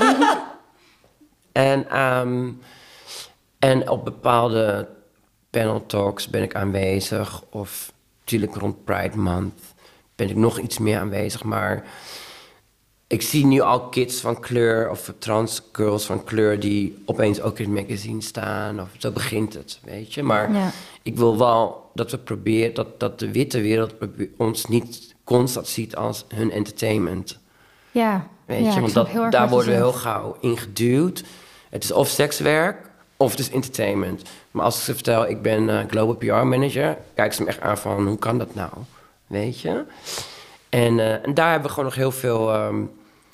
en, um, en op bepaalde panel talks ben ik aanwezig. Of natuurlijk rond Pride Month ben ik nog iets meer aanwezig. Maar ik zie nu al kids van kleur of trans girls van kleur die opeens ook in het magazine staan. Of zo begint het, weet je. Maar ja. ik wil wel dat we proberen, dat, dat de witte wereld ons niet constant ziet als hun entertainment. Ja, weet ja, je, want dat, daar worden we heel gauw in geduwd. Het is of sekswerk of het is entertainment. Maar als ik ze vertel, ik ben uh, global P R manager, kijken ze me echt aan van, hoe kan dat nou? Weet je? En, uh, en daar hebben we gewoon nog heel veel... Um,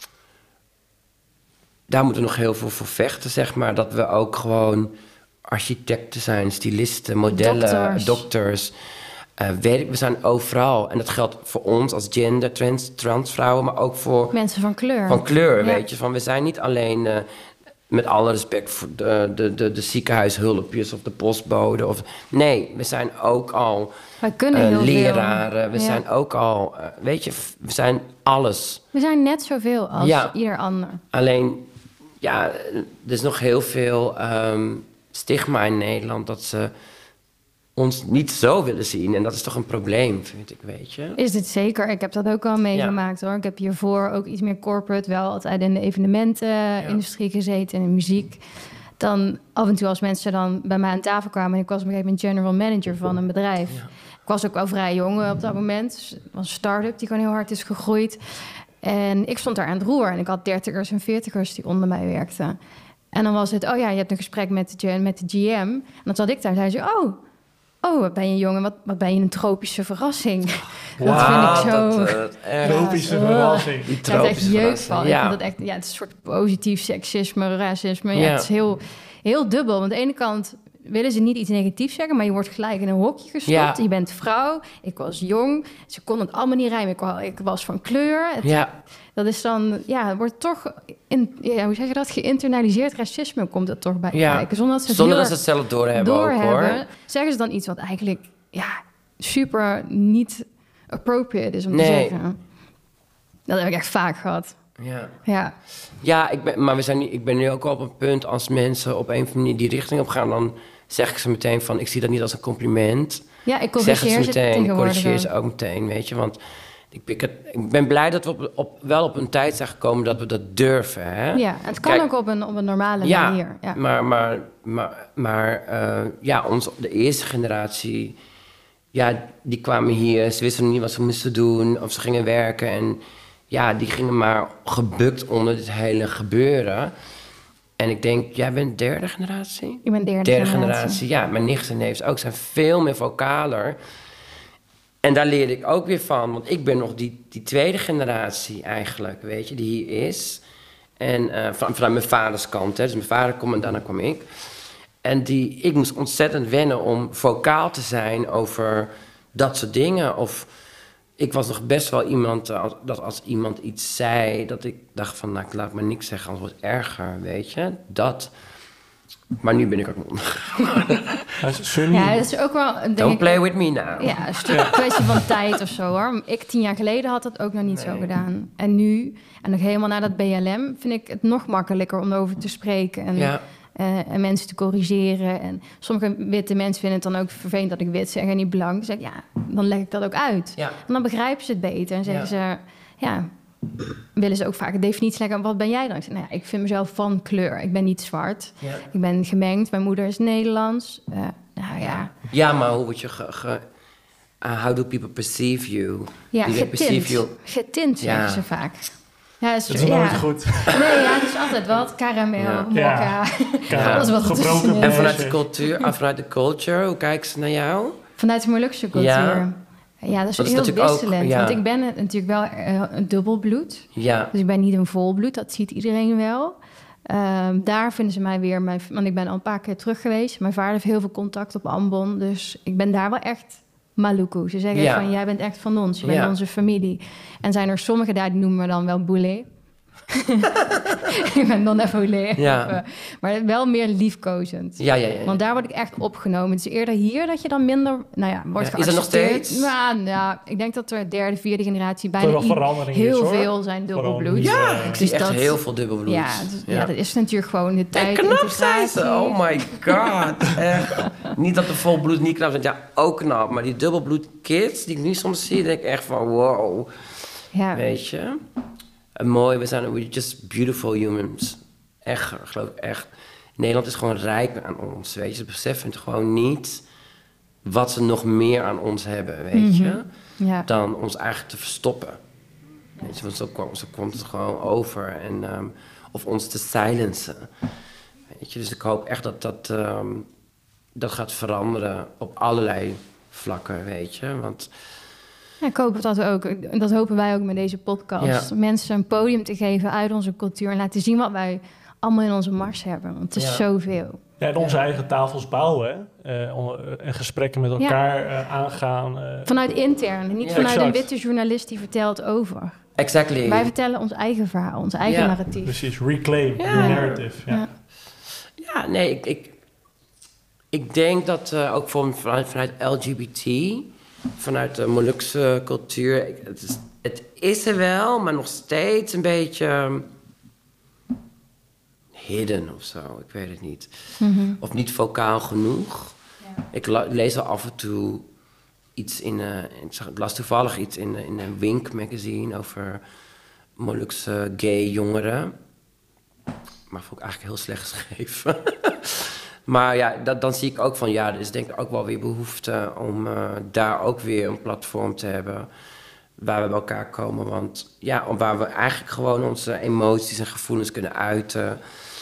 daar moeten we nog heel veel voor vechten, zeg maar. Dat we ook gewoon architecten zijn, stylisten, modellen, dokters. dokters uh, werk, we zijn overal. En dat geldt voor ons als gender, trans, transvrouwen, maar ook voor... mensen van kleur. Van kleur, ja. weet je. Van, we zijn niet alleen... Uh, met alle respect voor de, de, de, de ziekenhuishulpjes of de postbode. Of, nee, we zijn ook al Wij kunnen uh, heel leraren. veel. We ja. zijn ook al, uh, weet je, we zijn alles. We zijn net zoveel als ja. ieder ander. Alleen, ja, er is nog heel veel um, stigma in Nederland dat ze ons niet zo willen zien. En dat is toch een probleem, vind ik, weet je. Is het zeker. Ik heb dat ook al meegemaakt, ja. hoor. Ik heb hiervoor ook iets meer corporate, wel altijd in de evenementenindustrie ja. gezeten, in de muziek. Dan af en toe als mensen dan bij mij aan tafel kwamen... en ik was op een gegeven moment general manager van een bedrijf. Ja. Ik was ook wel vrij jong op dat moment. Dus het was een start-up die gewoon heel hard is gegroeid. En ik stond daar aan het roer en ik had dertigers en veertigers die onder mij werkten. En dan was het, oh ja, je hebt een gesprek met de, met de G M. En dan zat ik daar en zei ze, oh... Oh, wat ben je jongen, wat, wat ben je een tropische verrassing. Wow, dat vind ik zo... Dat, uh, tropische ja, verrassing. Die tropische ja, jeugd van. Ja. Ik vind dat echt, ja, het is een soort positief seksisme, racisme. Ja, ja. Het is heel, heel dubbel. Want aan de ene kant willen ze niet iets negatiefs zeggen... maar je wordt gelijk in een hokje gestopt. Ja. Je bent vrouw, ik was jong. Ze konden het allemaal niet rijmen. Ik was, ik was van kleur. Het, ja. Dat is dan, ja, het wordt toch... In, ja, hoe zeg je dat? Geïnternaliseerd racisme komt er toch bij ja. kijken. Zonder dat ze, Zonder dat ze het zelf doorhebben door ook, hoor. Zeggen ze dan iets wat eigenlijk ja, super niet appropriate is om nee. te zeggen. Dat heb ik echt vaak gehad. Ja, ja. ja ik ben, maar we zijn nu, ik ben nu ook al op een punt... als mensen op een of andere manier die richting op gaan... dan zeg ik ze meteen van, ik zie dat niet als een compliment. Ja, ik corrigeer ze meteen. Ik corrigeer ze ook meteen, weet je, want... Ik, ik, ik ben blij dat we op, op, wel op een tijd zijn gekomen dat we dat durven. Hè? Ja, het kan Kijk, ook op een, op een normale ja, manier. Ja, maar, maar, maar, maar uh, ja, ons, de eerste generatie... Ja, die kwamen hier, ze wisten nog niet wat ze moesten doen... of ze gingen werken en ja, die gingen maar gebukt onder dit hele gebeuren. En ik denk, jij bent derde generatie? Ik ben derde, derde generatie. generatie. Ja, mijn nichten en neefs ook zijn veel meer vocaler... En daar leerde ik ook weer van, want ik ben nog die, die tweede generatie eigenlijk, weet je, die hier is. En uh, van, vanuit mijn vaders kant, hè, dus mijn vader kwam en daarna kwam ik. En die, ik moest ontzettend wennen om vocaal te zijn over dat soort dingen. Of ik was nog best wel iemand, uh, dat als iemand iets zei, dat ik dacht van, nou, ik laat maar niks zeggen, anders wordt het erger, weet je. Dat... Maar nu ben ik ook ondergegaan. Ja, dat is ook wel... Denk Don't play ik, with me now. Ja, een stuk kwestie van tijd of zo, hoor. Ik tien jaar geleden had dat ook nog niet nee. zo gedaan. En nu, en nog helemaal na dat B L M... vind ik het nog makkelijker om erover te spreken... en, ja. uh, en mensen te corrigeren. En sommige witte mensen vinden het dan ook vervelend... dat ik wit zeg en niet blank. Dan zeg ik, ja, dan leg ik dat ook uit. Ja. En dan begrijpen ze het beter. En zeggen ja. ze, ja... willen ze ook vaak een definitie leggen. Wat ben jij dan? Ik zeg, nou ja, ik vind mezelf van kleur. Ik ben niet zwart. Ja. Ik ben gemengd. Mijn moeder is Nederlands. Uh, nou ja. Ja, maar hoe word je... Ge, ge, uh, how do people perceive you? Ja, getint. Perceive you? Getint zeggen ja. ze vaak. Ja, is, dat is ja. nooit goed. Nee, ja, het is altijd wat. Karamel, ja. mokka. Ja. Ja. Alles wat gebroken. En vanuit de cultuur, en vanuit de culture, hoe kijken ze naar jou? Vanuit de Molukse cultuur. Ja. Ja, dat is, dat is heel wisselend. Ook, ja. Want ik ben natuurlijk wel uh, een dubbelbloed. Ja. Dus ik ben niet een volbloed, dat ziet iedereen wel. Um, daar vinden ze mij weer... Mijn, want ik ben al een paar keer terug geweest. Mijn vader heeft heel veel contact op Ambon. Dus ik ben daar wel echt Maluku. Ze zeggen ja. van, jij bent echt van ons. Je bent ja. onze familie. En zijn er sommigen daar, die noemen we dan wel boele. ik ben non-evoluer. Ja. Maar wel meer liefkozend. Ja, ja, ja, ja. Want daar word ik echt opgenomen. Het is eerder hier dat je dan minder... Nou ja, wordt Ja, is dat nog geaccepteerd. steeds? Nou, ja, ik denk dat er derde, vierde generatie bijna wel i- verandering heel is, hoor. veel zijn dubbelbloed. Vooral nu, Ja, eh, ik zie Dus echt dat- heel veel dubbelbloed. Ja, dus- ja. dat is natuurlijk gewoon de tijd. En knap zijn ze. integratie. Oh my god. Echt. Niet dat de volbloed niet knap zijn. Ja, ook knap. Maar die dubbelbloed kids die ik nu soms zie, denk ik echt van wow. Ja. Weet je? En mooi, we zijn we're just beautiful humans. Echt, geloof ik echt. Nederland is gewoon rijk aan ons, weet je. Ze beseffen het gewoon niet wat ze nog meer aan ons hebben, weet je. Ja. Dan ons eigenlijk te verstoppen. Weet je, want zo, kwam, zo komt het gewoon over. En, ehm, of ons te silencen. Weet je, dus ik hoop echt dat dat, ehm, dat gaat veranderen op allerlei vlakken, weet je. Want Ja, ik hoop dat we ook. En dat hopen wij ook met deze podcast. Ja. Mensen een podium te geven uit onze cultuur en laten zien wat wij allemaal in onze mars hebben. Want het is Ja. zoveel. Ja, en onze eigen tafels bouwen. Hè? Eh, on- en gesprekken met elkaar eh, aangaan. eh. Vanuit intern, niet Ja. vanuit een Exact. witte journalist die vertelt over. exactly. Wij vertellen ons eigen verhaal, ons eigen Ja. narratief. Precies, reclaim Ja. the narrative. Ja. Ja. Ja, nee, ik, ik, ik denk dat uh, ook van, vanuit, vanuit L G B T, vanuit de Molukse cultuur, ik- het is, het is er wel, maar nog steeds een beetje um, hidden of zo, ik weet het niet. Mm-hmm. Of niet vocaal genoeg. Ja. Ik la- lees al af en toe iets in, uh, ik zag- ik las toevallig iets in, in een Wink magazine over Molukse gay jongeren. Maar vond ik eigenlijk heel slecht geschreven. Maar ja, dat, dan zie ik ook van, ja, er is denk ik ook wel weer behoefte om uh, daar ook weer een platform te hebben waar we bij elkaar komen. Want ja, waar we eigenlijk gewoon onze emoties en gevoelens kunnen uiten.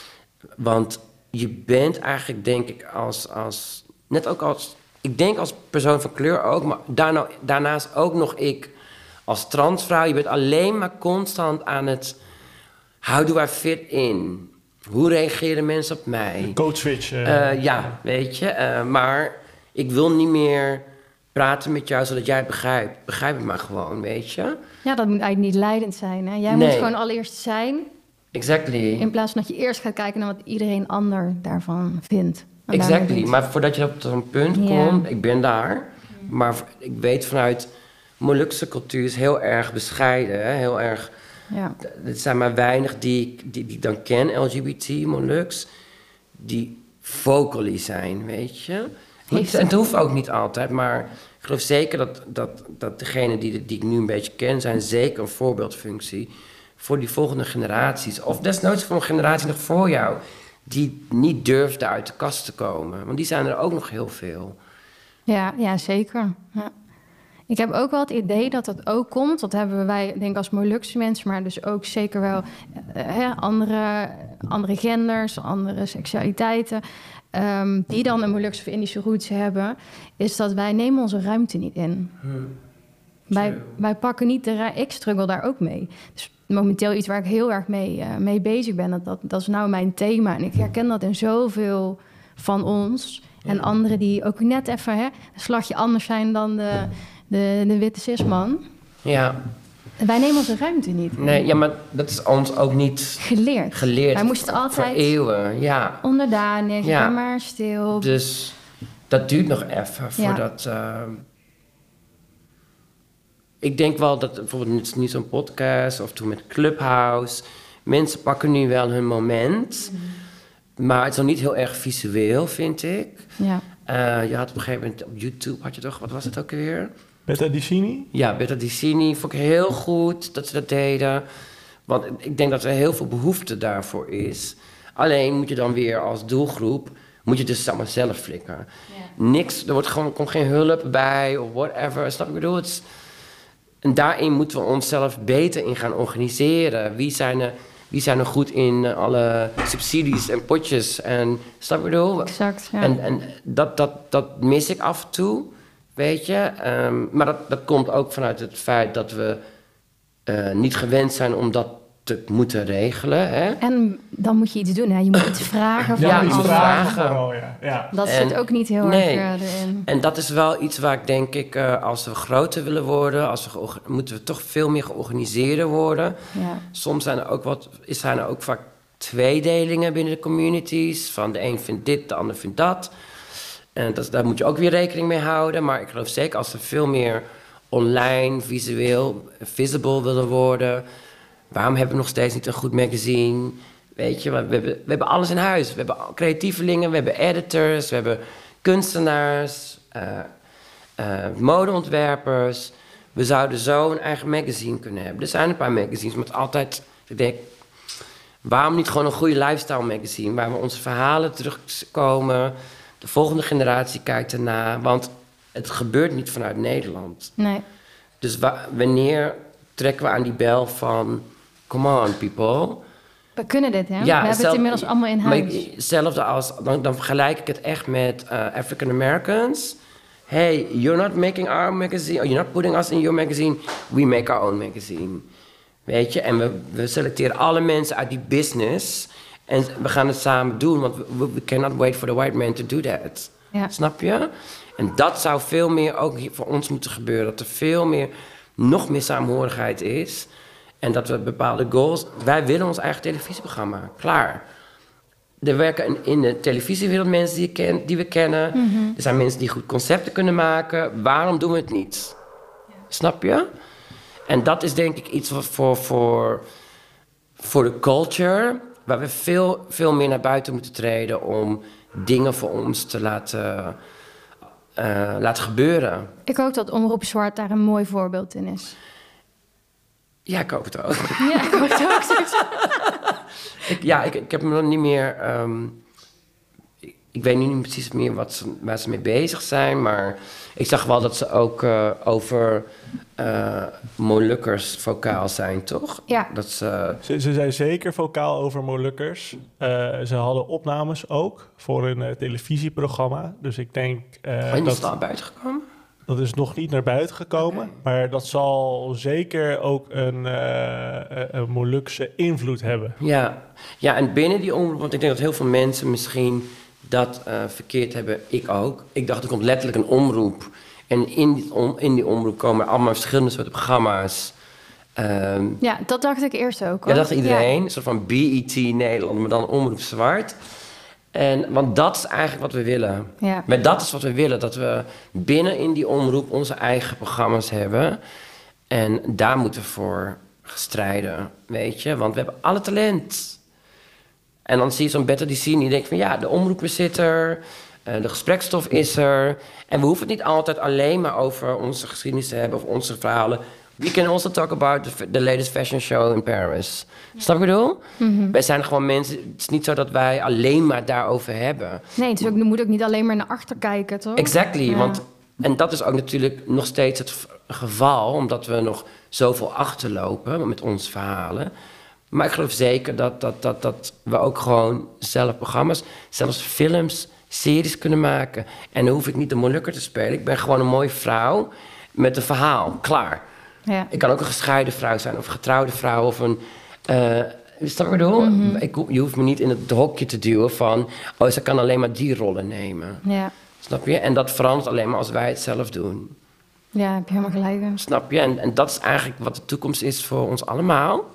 Want je bent eigenlijk, denk ik, als, als net ook als, ik denk als persoon van kleur ook, maar daarna, daarnaast ook nog ik als transvrouw. Je bent alleen maar constant aan het, how do I fit in? Hoe reageren mensen op mij? Code switch. eh. Uh, ja, weet je. Uh, maar ik wil niet meer praten met jou zodat jij het begrijpt. Begrijp het maar gewoon, weet je. Ja, dat moet eigenlijk niet leidend zijn. Hè? Jij Nee. moet gewoon allereerst zijn, Exactly. in plaats van dat je eerst gaat kijken naar wat iedereen ander daarvan vindt. En daarmee Exactly. doet. Maar voordat je op zo'n punt Ja. komt, ik ben daar. Maar ik weet vanuit Molukse cultuur is heel erg bescheiden. Hè? Heel erg. Ja. Er zijn maar weinig die ik, die, die ik dan ken, L G B T, Molux, die vocally zijn, weet je. Heeft Het, het hoeft ook niet altijd, maar ik geloof zeker dat, dat, dat degenen die, die ik nu een beetje ken, zijn zeker een voorbeeldfunctie voor die volgende generaties. Of desnoods voor een generatie nog voor jou, die niet durfde uit de kast te komen. Want die zijn er ook nog heel veel. Ja, ja, zeker. Ja. Ik heb ook wel het idee dat dat ook komt. Dat hebben wij, denk ik, als Molukse mensen, maar dus ook zeker wel uh, hè, andere, andere genders, andere seksualiteiten, um, die dan een Molukse of Indische roots hebben, is dat wij nemen onze ruimte niet in. Hmm. Wij, wij pakken niet de ruimte. Ik struggle daar ook mee. Dus momenteel iets waar ik heel erg mee, uh, mee bezig ben. Dat, dat, dat is nou mijn thema. En ik herken dat in zoveel van ons. En anderen die ook net even hè, een slagje anders zijn dan de, de, de witte cisman. Ja, Wij nemen onze ruimte niet. nee, ja, maar dat is ons ook niet Geleerd. geleerd. Wij moesten voor altijd eeuwen, ja. onderdanig, Ja. ja. maar stil. Dus dat duurt nog even voordat. Uh, ik denk wel dat bijvoorbeeld nu zo'n podcast of toen met Clubhouse. Mensen pakken nu wel hun moment. Mm. Maar het is nog niet heel erg visueel, vind ik. Ja. Uh, je had op een gegeven moment op YouTube, had je toch, wat was het ook weer? Betta Dicini? Ja, Betta Dicini vond ik heel goed dat ze dat deden. Want ik denk dat er heel veel behoefte daarvoor is. Alleen moet je dan weer als doelgroep, moet je dus allemaal zelf flikken. Ja. Niks, er wordt gewoon, komt geen hulp bij of whatever. Snap je wat ik bedoel? Het is, en daarin moeten we onszelf beter in gaan organiseren. Wie zijn er, wie zijn er goed in alle subsidies en potjes? En, snap je wat ik bedoel? Exact, ja. En, en dat, dat, dat mis ik af en toe. Weet je, um, maar dat, dat komt ook vanuit het feit dat we uh, niet gewend zijn om dat te moeten regelen. Hè? En dan moet je iets doen. Hè? Je moet iets vragen van Ja, een iets ander. vragen. Oh, ja. Ja. Dat En- zit ook niet heel nee. erg uh, erin. En dat is wel iets waar ik denk ik, uh, als we groter willen worden, als we georga- moeten we toch veel meer georganiseerder worden. Ja. Soms zijn er ook wat, zijn er ook vaak tweedelingen binnen de communities. Van de een vindt dit, de ander vindt dat. En dat, daar moet je ook weer rekening mee houden. Maar ik geloof zeker als we veel meer online, visueel, visible willen worden. Waarom hebben we nog steeds niet een goed magazine? Weet je, we hebben, we hebben alles in huis. We hebben creatievelingen, we hebben editors, we hebben kunstenaars, uh, uh, modeontwerpers. We zouden zo een eigen magazine kunnen hebben. Er zijn een paar magazines, maar het is altijd... Ik denk, waarom niet gewoon een goede lifestyle magazine... waar we onze verhalen terugkomen... de volgende generatie kijkt ernaar... want het gebeurt niet vanuit Nederland. Nee. Dus wa- wanneer trekken we aan die bel van... come on, people... We kunnen dit, hè? Ja, we hebben zelf- het inmiddels allemaal in maar huis. ik- Hetzelfde als... Dan, dan vergelijk ik het echt met uh, African Americans. Hey, you're not making our magazine... or you're not putting us in your magazine. We make our own magazine. Weet je? En we, we selecteren alle mensen uit die business... en we gaan het samen doen... want we, we cannot wait for the white man to do that. Ja. Snap je? En dat zou veel meer ook hier voor ons moeten gebeuren. Dat er veel meer, nog meer saamhorigheid is... En dat we bepaalde goals... Wij willen ons eigen televisieprogramma. Klaar. Er werken in, in de televisiewereld mensen die, ken, die we kennen. Mm-hmm. Er zijn mensen die goed concepten kunnen maken. Waarom doen we het niet? Ja. Snap je? En dat is denk ik iets wat voor, voor, voor de culture... waar we veel, veel meer naar buiten moeten treden... om dingen voor ons te laten, uh, laten gebeuren. Ik hoop dat Omroep Zwart daar een mooi voorbeeld in is. Ja, ik hoop het ook. Ja, ik hoop het ook. ik, ja, ik, ik heb me nog niet meer... Um, ik, ik weet nu niet precies meer wat ze, waar ze mee bezig zijn... maar ik zag wel dat ze ook uh, over uh, Molukkers vocaal zijn, toch? Ja. Dat ze, Ze, ze zijn zeker vocaal over Molukkers. Uh, ze hadden opnames ook voor een uh, televisieprogramma. Dus ik denk... Uh, ben je dat al buiten gekomen? Dat is nog niet naar buiten gekomen. Okay. Maar dat zal zeker ook een, uh, een Molukse invloed hebben. Ja. ja, en binnen die omroep... want ik denk dat heel veel mensen misschien dat uh, verkeerd hebben. Ik ook. Ik dacht, er komt letterlijk een omroep. En in die, om, in die omroep komen allemaal verschillende soorten programma's. Um, ja, dat dacht ik eerst ook. Hoor. Ja, dacht iedereen. Ja. Een soort van B E T Nederland, maar dan Omroep Zwart. En, want dat is eigenlijk wat we willen. Ja. Maar dat is wat we willen. Dat we binnen in die omroep onze eigen programma's hebben. En daar moeten we voor strijden, weet je. Want we hebben alle talent. En dan zie je zo'n Better D C en die denkt van... ja, de omroep zit er, uh, de gesprekstof is er. En we hoeven het niet altijd alleen maar over onze geschiedenis te hebben... of onze verhalen. We can also talk about the, the latest fashion show in Paris. Ja. Snap je wat ik bedoel? Mm-hmm. Wij zijn gewoon mensen... Het is niet zo dat wij alleen maar daarover hebben. Nee, het is ook, je moet ook niet alleen maar naar achter kijken, toch? Exactly, ja. want... En dat is ook natuurlijk nog steeds het geval... omdat we nog zoveel achterlopen met onze verhalen. Maar ik geloof zeker dat, dat, dat, dat we ook gewoon zelf programma's... zelfs films, series kunnen maken. En dan hoef ik niet de Molukker te spelen. Ik ben gewoon een mooie vrouw met een verhaal. Klaar. Ja. Ik kan ook een gescheiden vrouw zijn, of een getrouwde vrouw, of een... Uh, is dat wat ik bedoel? Mm-hmm. Ik, je hoeft me niet in het hokje te duwen van... oh, ze kan alleen maar die rollen nemen. Ja. Snap je? En dat verandert alleen maar als wij het zelf doen. Ja, heb je helemaal gelijk in. Snap je? En, en dat is eigenlijk wat de toekomst is voor ons allemaal.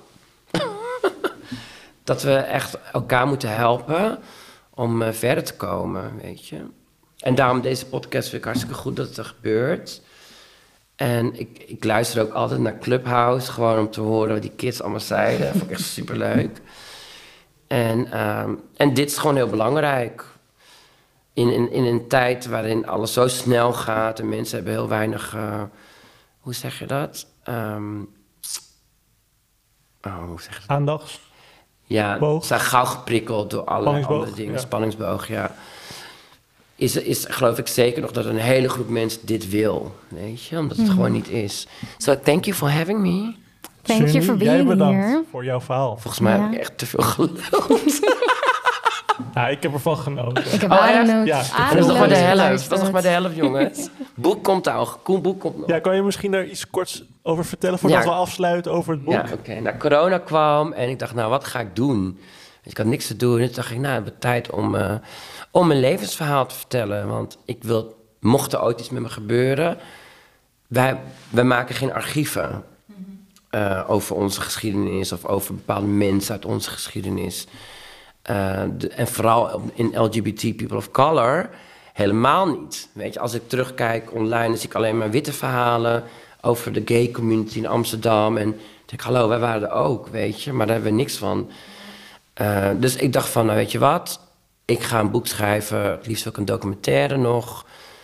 Dat we echt elkaar moeten helpen om uh, verder te komen, weet je. En daarom deze podcast vind ik hartstikke goed dat het er gebeurt... En ik, ik luister ook altijd naar Clubhouse... gewoon om te horen wat die kids allemaal zeiden. Dat vond ik echt superleuk. En, um, en dit is gewoon heel belangrijk. In, in, in een tijd waarin alles zo snel gaat... en mensen hebben heel weinig... Uh, hoe zeg je dat? Um, oh, hoe zeg je dat? Aandacht. Ja, Boog. ze zijn gauw geprikkeld door alle andere dingen. Ja. Spanningsboog, ja. Is, is geloof ik zeker nog dat een hele groep mensen dit wil, weet je, omdat het mm. gewoon niet is. So thank you for having me. Thank you for being jij bedankt here. voor jouw verhaal. Volgens mij ja. heb ik echt te veel geluld. Ja, ik heb ervan genoten. Ik heb Oh, ademnood. Ja, Dat is nog maar de helft. geluisterd. Dat is nog maar de helft, jongens. Boek komt al. Koen, boek komt nog. Ja, kan je misschien daar iets korts over vertellen voordat Ja. we afsluiten over het boek? Ja, oké. Okay. Nou, corona kwam en ik dacht, nou, wat ga ik doen? Ik had niks te doen. En toen dacht ik, nou, ik heb tijd om, uh, om mijn levensverhaal te vertellen. Want ik wil, mocht er ooit iets met me gebeuren... Wij, wij maken geen archieven uh, over onze geschiedenis... of over bepaalde mensen uit onze geschiedenis. Uh, de, en vooral in L G B T people of color helemaal niet. Weet je, als ik terugkijk online, dan zie ik alleen maar witte verhalen... over de gay community in Amsterdam. En denk ik, hallo, wij waren er ook, weet je. Maar daar hebben we niks van. Uh, dus ik dacht van, nou weet je wat... ik ga een boek schrijven, het liefst ook een documentaire nog...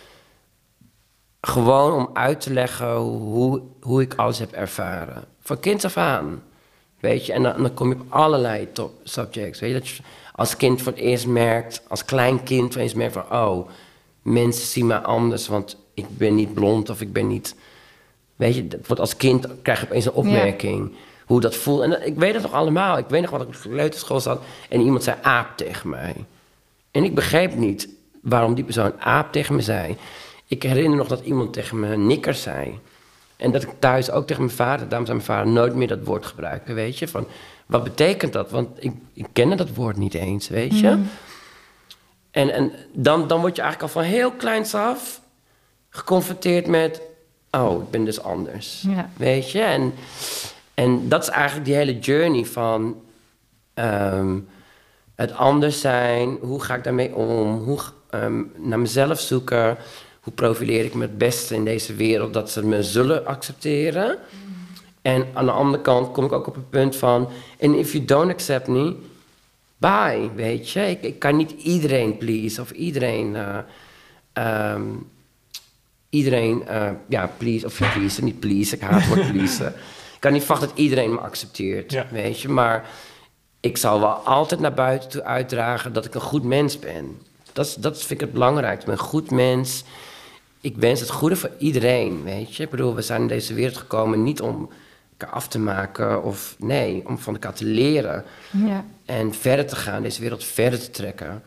Gewoon om uit te leggen hoe, hoe ik alles heb ervaren. Van kind af aan. Weet je, en dan, dan kom je op allerlei top subjects. Weet je, dat je als kind voor het eerst merkt, als klein kind voor het eerst merkt van... oh, mensen zien me anders, want ik ben niet blond of ik ben niet... Weet je, dat wordt als kind krijg je opeens een opmerking. Ja. Hoe dat voelt. En dat, ik weet het nog allemaal. Ik weet nog wat ik op de kleuterschool zat en iemand zei aap tegen mij. En ik begreep niet waarom die persoon aap tegen me zei... Ik herinner nog dat iemand tegen me nikker zei. En dat ik thuis ook tegen mijn vader... daarom zei mijn vader nooit meer dat woord gebruiken, weet je. Van, wat betekent dat? Want ik, ik kende dat woord niet eens, weet je. Mm. En, en dan, dan word je eigenlijk al van heel kleins af... geconfronteerd met... oh, ik ben dus anders, ja. Weet je. En, en dat is eigenlijk die hele journey van... Um, het anders zijn, hoe ga ik daarmee om... hoe um, naar mezelf zoeken... Hoe profileer ik me het beste in deze wereld... dat ze me zullen accepteren. Mm. En aan de andere kant kom ik ook op het punt van... and if you don't accept me, bye, weet je. Ik, ik kan niet iedereen please of iedereen... Uh, um, iedereen, uh, ja, please of please, niet please, ik haat het woord please. Ik kan niet verwachten dat iedereen me accepteert, ja. Weet je. Maar ik zal wel altijd naar buiten toe uitdragen... dat ik een goed mens ben. Dat, is, dat vind ik het belangrijkste. Ik ben een goed mens... Ik wens het goede voor iedereen, weet je. Ik bedoel, we zijn in deze wereld gekomen niet om elkaar af te maken... of nee, om van elkaar te leren. Ja. En verder te gaan, deze wereld verder te trekken.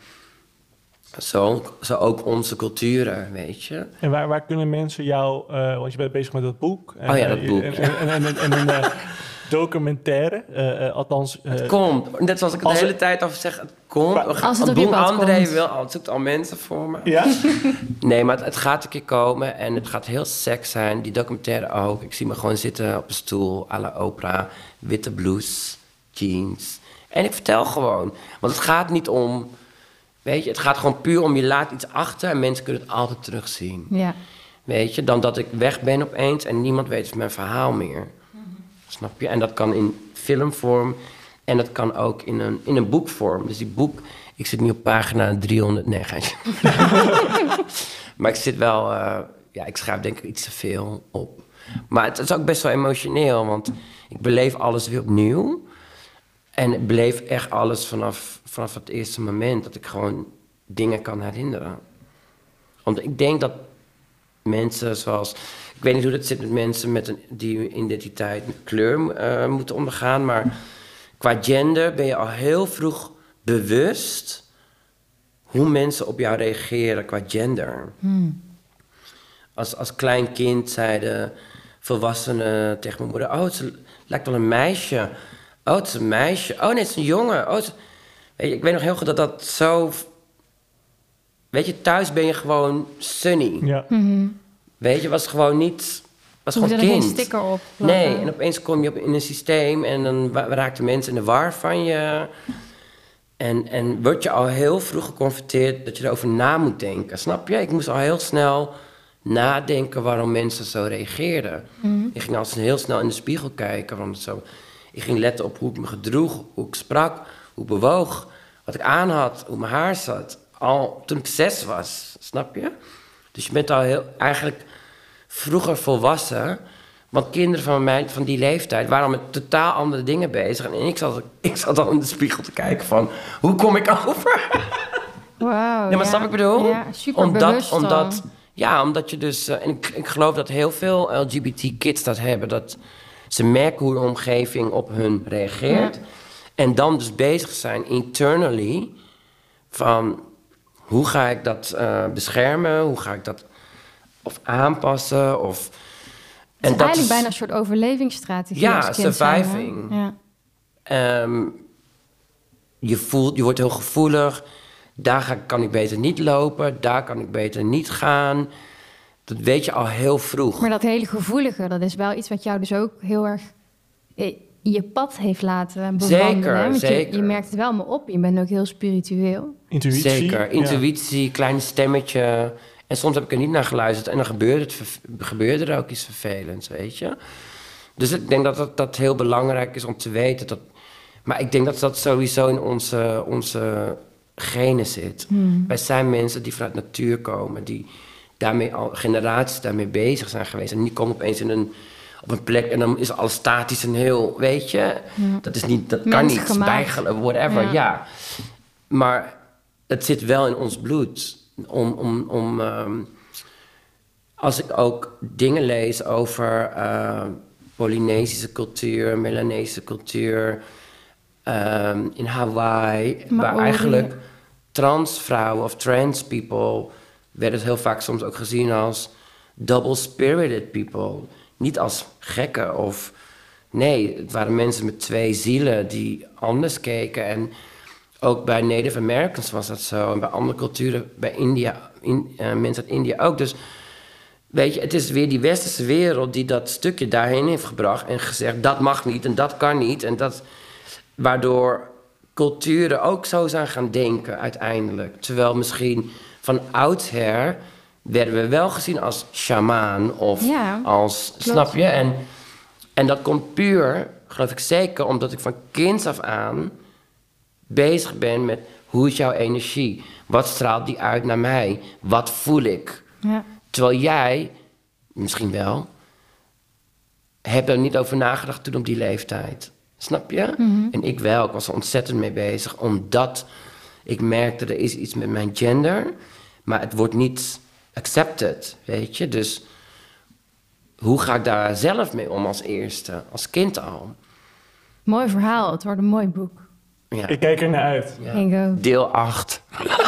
Zo, zo ook onze culturen, weet je. En waar, waar kunnen mensen jou... Uh, want je bent bezig met dat boek. En, oh ja, dat boek. En, en, en, en, en een uh, documentaire, uh, uh, althans... Uh, het komt, net zoals ik het de hele het, tijd over zeg... Het komt, als het Boem André wil, al zoekt al mensen voor me. Ja? Nee, maar het, het gaat een keer komen en het gaat heel seks zijn. Die documentaire ook. Ik zie me gewoon zitten op een stoel, à la Oprah. Witte blouse, jeans. En ik vertel gewoon. Want het gaat niet om... Weet je, het gaat gewoon puur om je laat iets achter... en mensen kunnen het altijd terugzien. Ja. Weet je, dan dat ik weg ben opeens... en niemand weet van mijn verhaal meer. Mm-hmm. Snap je? En dat kan in filmvorm... en dat kan ook in een, in een boekvorm. Dus die boek... Ik zit nu op pagina driehonderd... Nee, gaatje. Maar ik zit wel... Uh, ja, ik schrijf denk ik iets te veel op. Maar het is ook best wel emotioneel... want ik beleef alles weer opnieuw... En ik beleef echt alles vanaf, vanaf het eerste moment... dat ik gewoon dingen kan herinneren. Want ik denk dat mensen zoals... Ik weet niet hoe dat zit met mensen met een, die identiteit met kleur uh, moeten ondergaan... maar qua gender ben je al heel vroeg bewust... hoe mensen op jou reageren qua gender. Hmm. Als, als klein kind zeiden volwassenen tegen mijn moeder... oh, ze lijkt wel een meisje... Oh, het is een meisje. Oh, nee, het is een jongen. Oh, het... Weet je, ik weet nog heel goed dat dat zo... Weet je, thuis ben je gewoon Sunny. Ja. Mm-hmm. Weet je, was gewoon niet... Was gewoon kind. Er geen sticker op. Nee, en opeens kom je op in een systeem... en dan raakten mensen in de war van je. En, en word je al heel vroeg geconfronteerd... dat je erover na moet denken. Snap je? Ik moest al heel snel nadenken... waarom mensen zo reageerden. Mm-hmm. Ik ging al heel snel in de spiegel kijken... waarom het zo... Ik ging letten op hoe ik me gedroeg, hoe ik sprak, hoe ik bewoog, wat ik aan had, hoe mijn haar zat. Al toen ik zes was, snap je? Dus je bent al heel, eigenlijk vroeger volwassen. Want kinderen van, mij, van die leeftijd waren met totaal andere dingen bezig. En ik zat, ik zat al in de spiegel te kijken van, hoe kom ik over? Wauw. Ja, maar snap ik bedoel? Ja, super omdat, bewust omdat, ja, omdat je dus... Uh, en ik, ik geloof dat heel veel L G B T kids dat hebben, dat... Ze merken hoe de omgeving op hun reageert. Ja. En dan dus bezig zijn internally... Van hoe ga ik dat uh, beschermen? Hoe ga ik dat of aanpassen? Of, het en is dat eigenlijk is, bijna een soort overlevingsstrategie. Ja, als kind surviving. Zijn, ja. Um, je voelt, je wordt heel gevoelig. Daar ga, kan ik beter niet lopen. Daar kan ik beter niet gaan. Dat weet je al heel vroeg. Maar dat hele gevoelige, dat is wel iets wat jou dus ook heel erg je pad heeft laten bewandelen. Zeker, hè? Want zeker. Je, je merkt het wel me op. Je bent ook heel spiritueel. Intuïtie. Zeker, intuïtie, ja. klein stemmetje. En soms heb ik er niet naar geluisterd en dan gebeurde, het, gebeurde er ook iets vervelends, weet je. Dus ik denk dat dat, dat heel belangrijk is om te weten. Dat, maar ik denk dat dat sowieso in onze, onze genen zit. Hmm. Wij zijn mensen die vanuit natuur komen, die daarmee al generaties daarmee bezig zijn geweest. En die komen opeens in een, op een plek en dan is alles statisch en heel, weet je. Ja. Dat is niet, dat kan niet bijgelen, whatever, ja. ja. Maar het zit wel in ons bloed. Om, om, om um, als ik ook dingen lees over uh, Polynesische cultuur, Melanesische cultuur, um, in Hawaii, maar waar eigenlijk transvrouwen of trans people werden het heel vaak soms ook gezien als double-spirited people. Niet als gekken of... Nee, het waren mensen met twee zielen die anders keken. En ook bij Native Americans was dat zo. En bij andere culturen, bij India, in, uh, mensen uit India ook. Dus weet je, het is weer die westerse wereld die dat stukje daarheen heeft gebracht en gezegd, dat mag niet en dat kan niet. En dat, waardoor culturen ook zo zijn gaan denken uiteindelijk. Terwijl misschien van oudsher werden we wel gezien als shamaan of ja, als, klopt. Snap je? En, en dat komt puur, geloof ik zeker, omdat ik van kinds af aan bezig ben met hoe is jouw energie? Wat straalt die uit naar mij? Wat voel ik? Ja. Terwijl jij, misschien wel, hebt er niet over nagedacht toen op die leeftijd. Snap je? Mm-hmm. En ik wel, ik was er ontzettend mee bezig, omdat ik merkte, er is iets met mijn gender, maar het wordt niet accepted, weet je? Dus hoe ga ik daar zelf mee om als eerste, als kind al? Mooi verhaal, het wordt een mooi boek. Ja. Ik kijk er naar uit. Ja. Deel acht.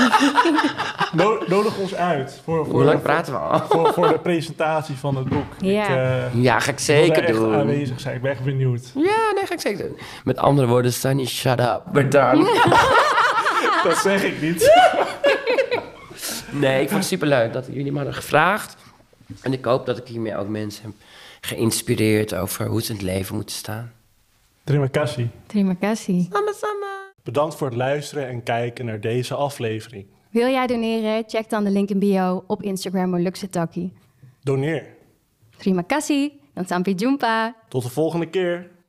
Nodig ons uit. Voor, voor, Hoe lang praten we al? Voor, voor de presentatie van het boek. Ja, ik, uh, ja ga ik zeker echt doen. aanwezig zijn. Ik ben echt benieuwd. Ja, nee, ga ik zeker doen. Met andere woorden, Sunny, shut up. We're done. Dat zeg ik niet. Nee, ik vond het superleuk dat jullie me hadden gevraagd. En ik hoop dat ik hiermee ook mensen heb geïnspireerd over hoe ze in het leven moeten staan. Terima kasih. Terima kasih. Sama sama. Bedankt voor het luisteren en kijken naar deze aflevering. Wil jij doneren? Check dan de link in bio op Instagram Luxetaki. Doneer. Terima kasih. Dan sampai jumpa. Tot de volgende keer.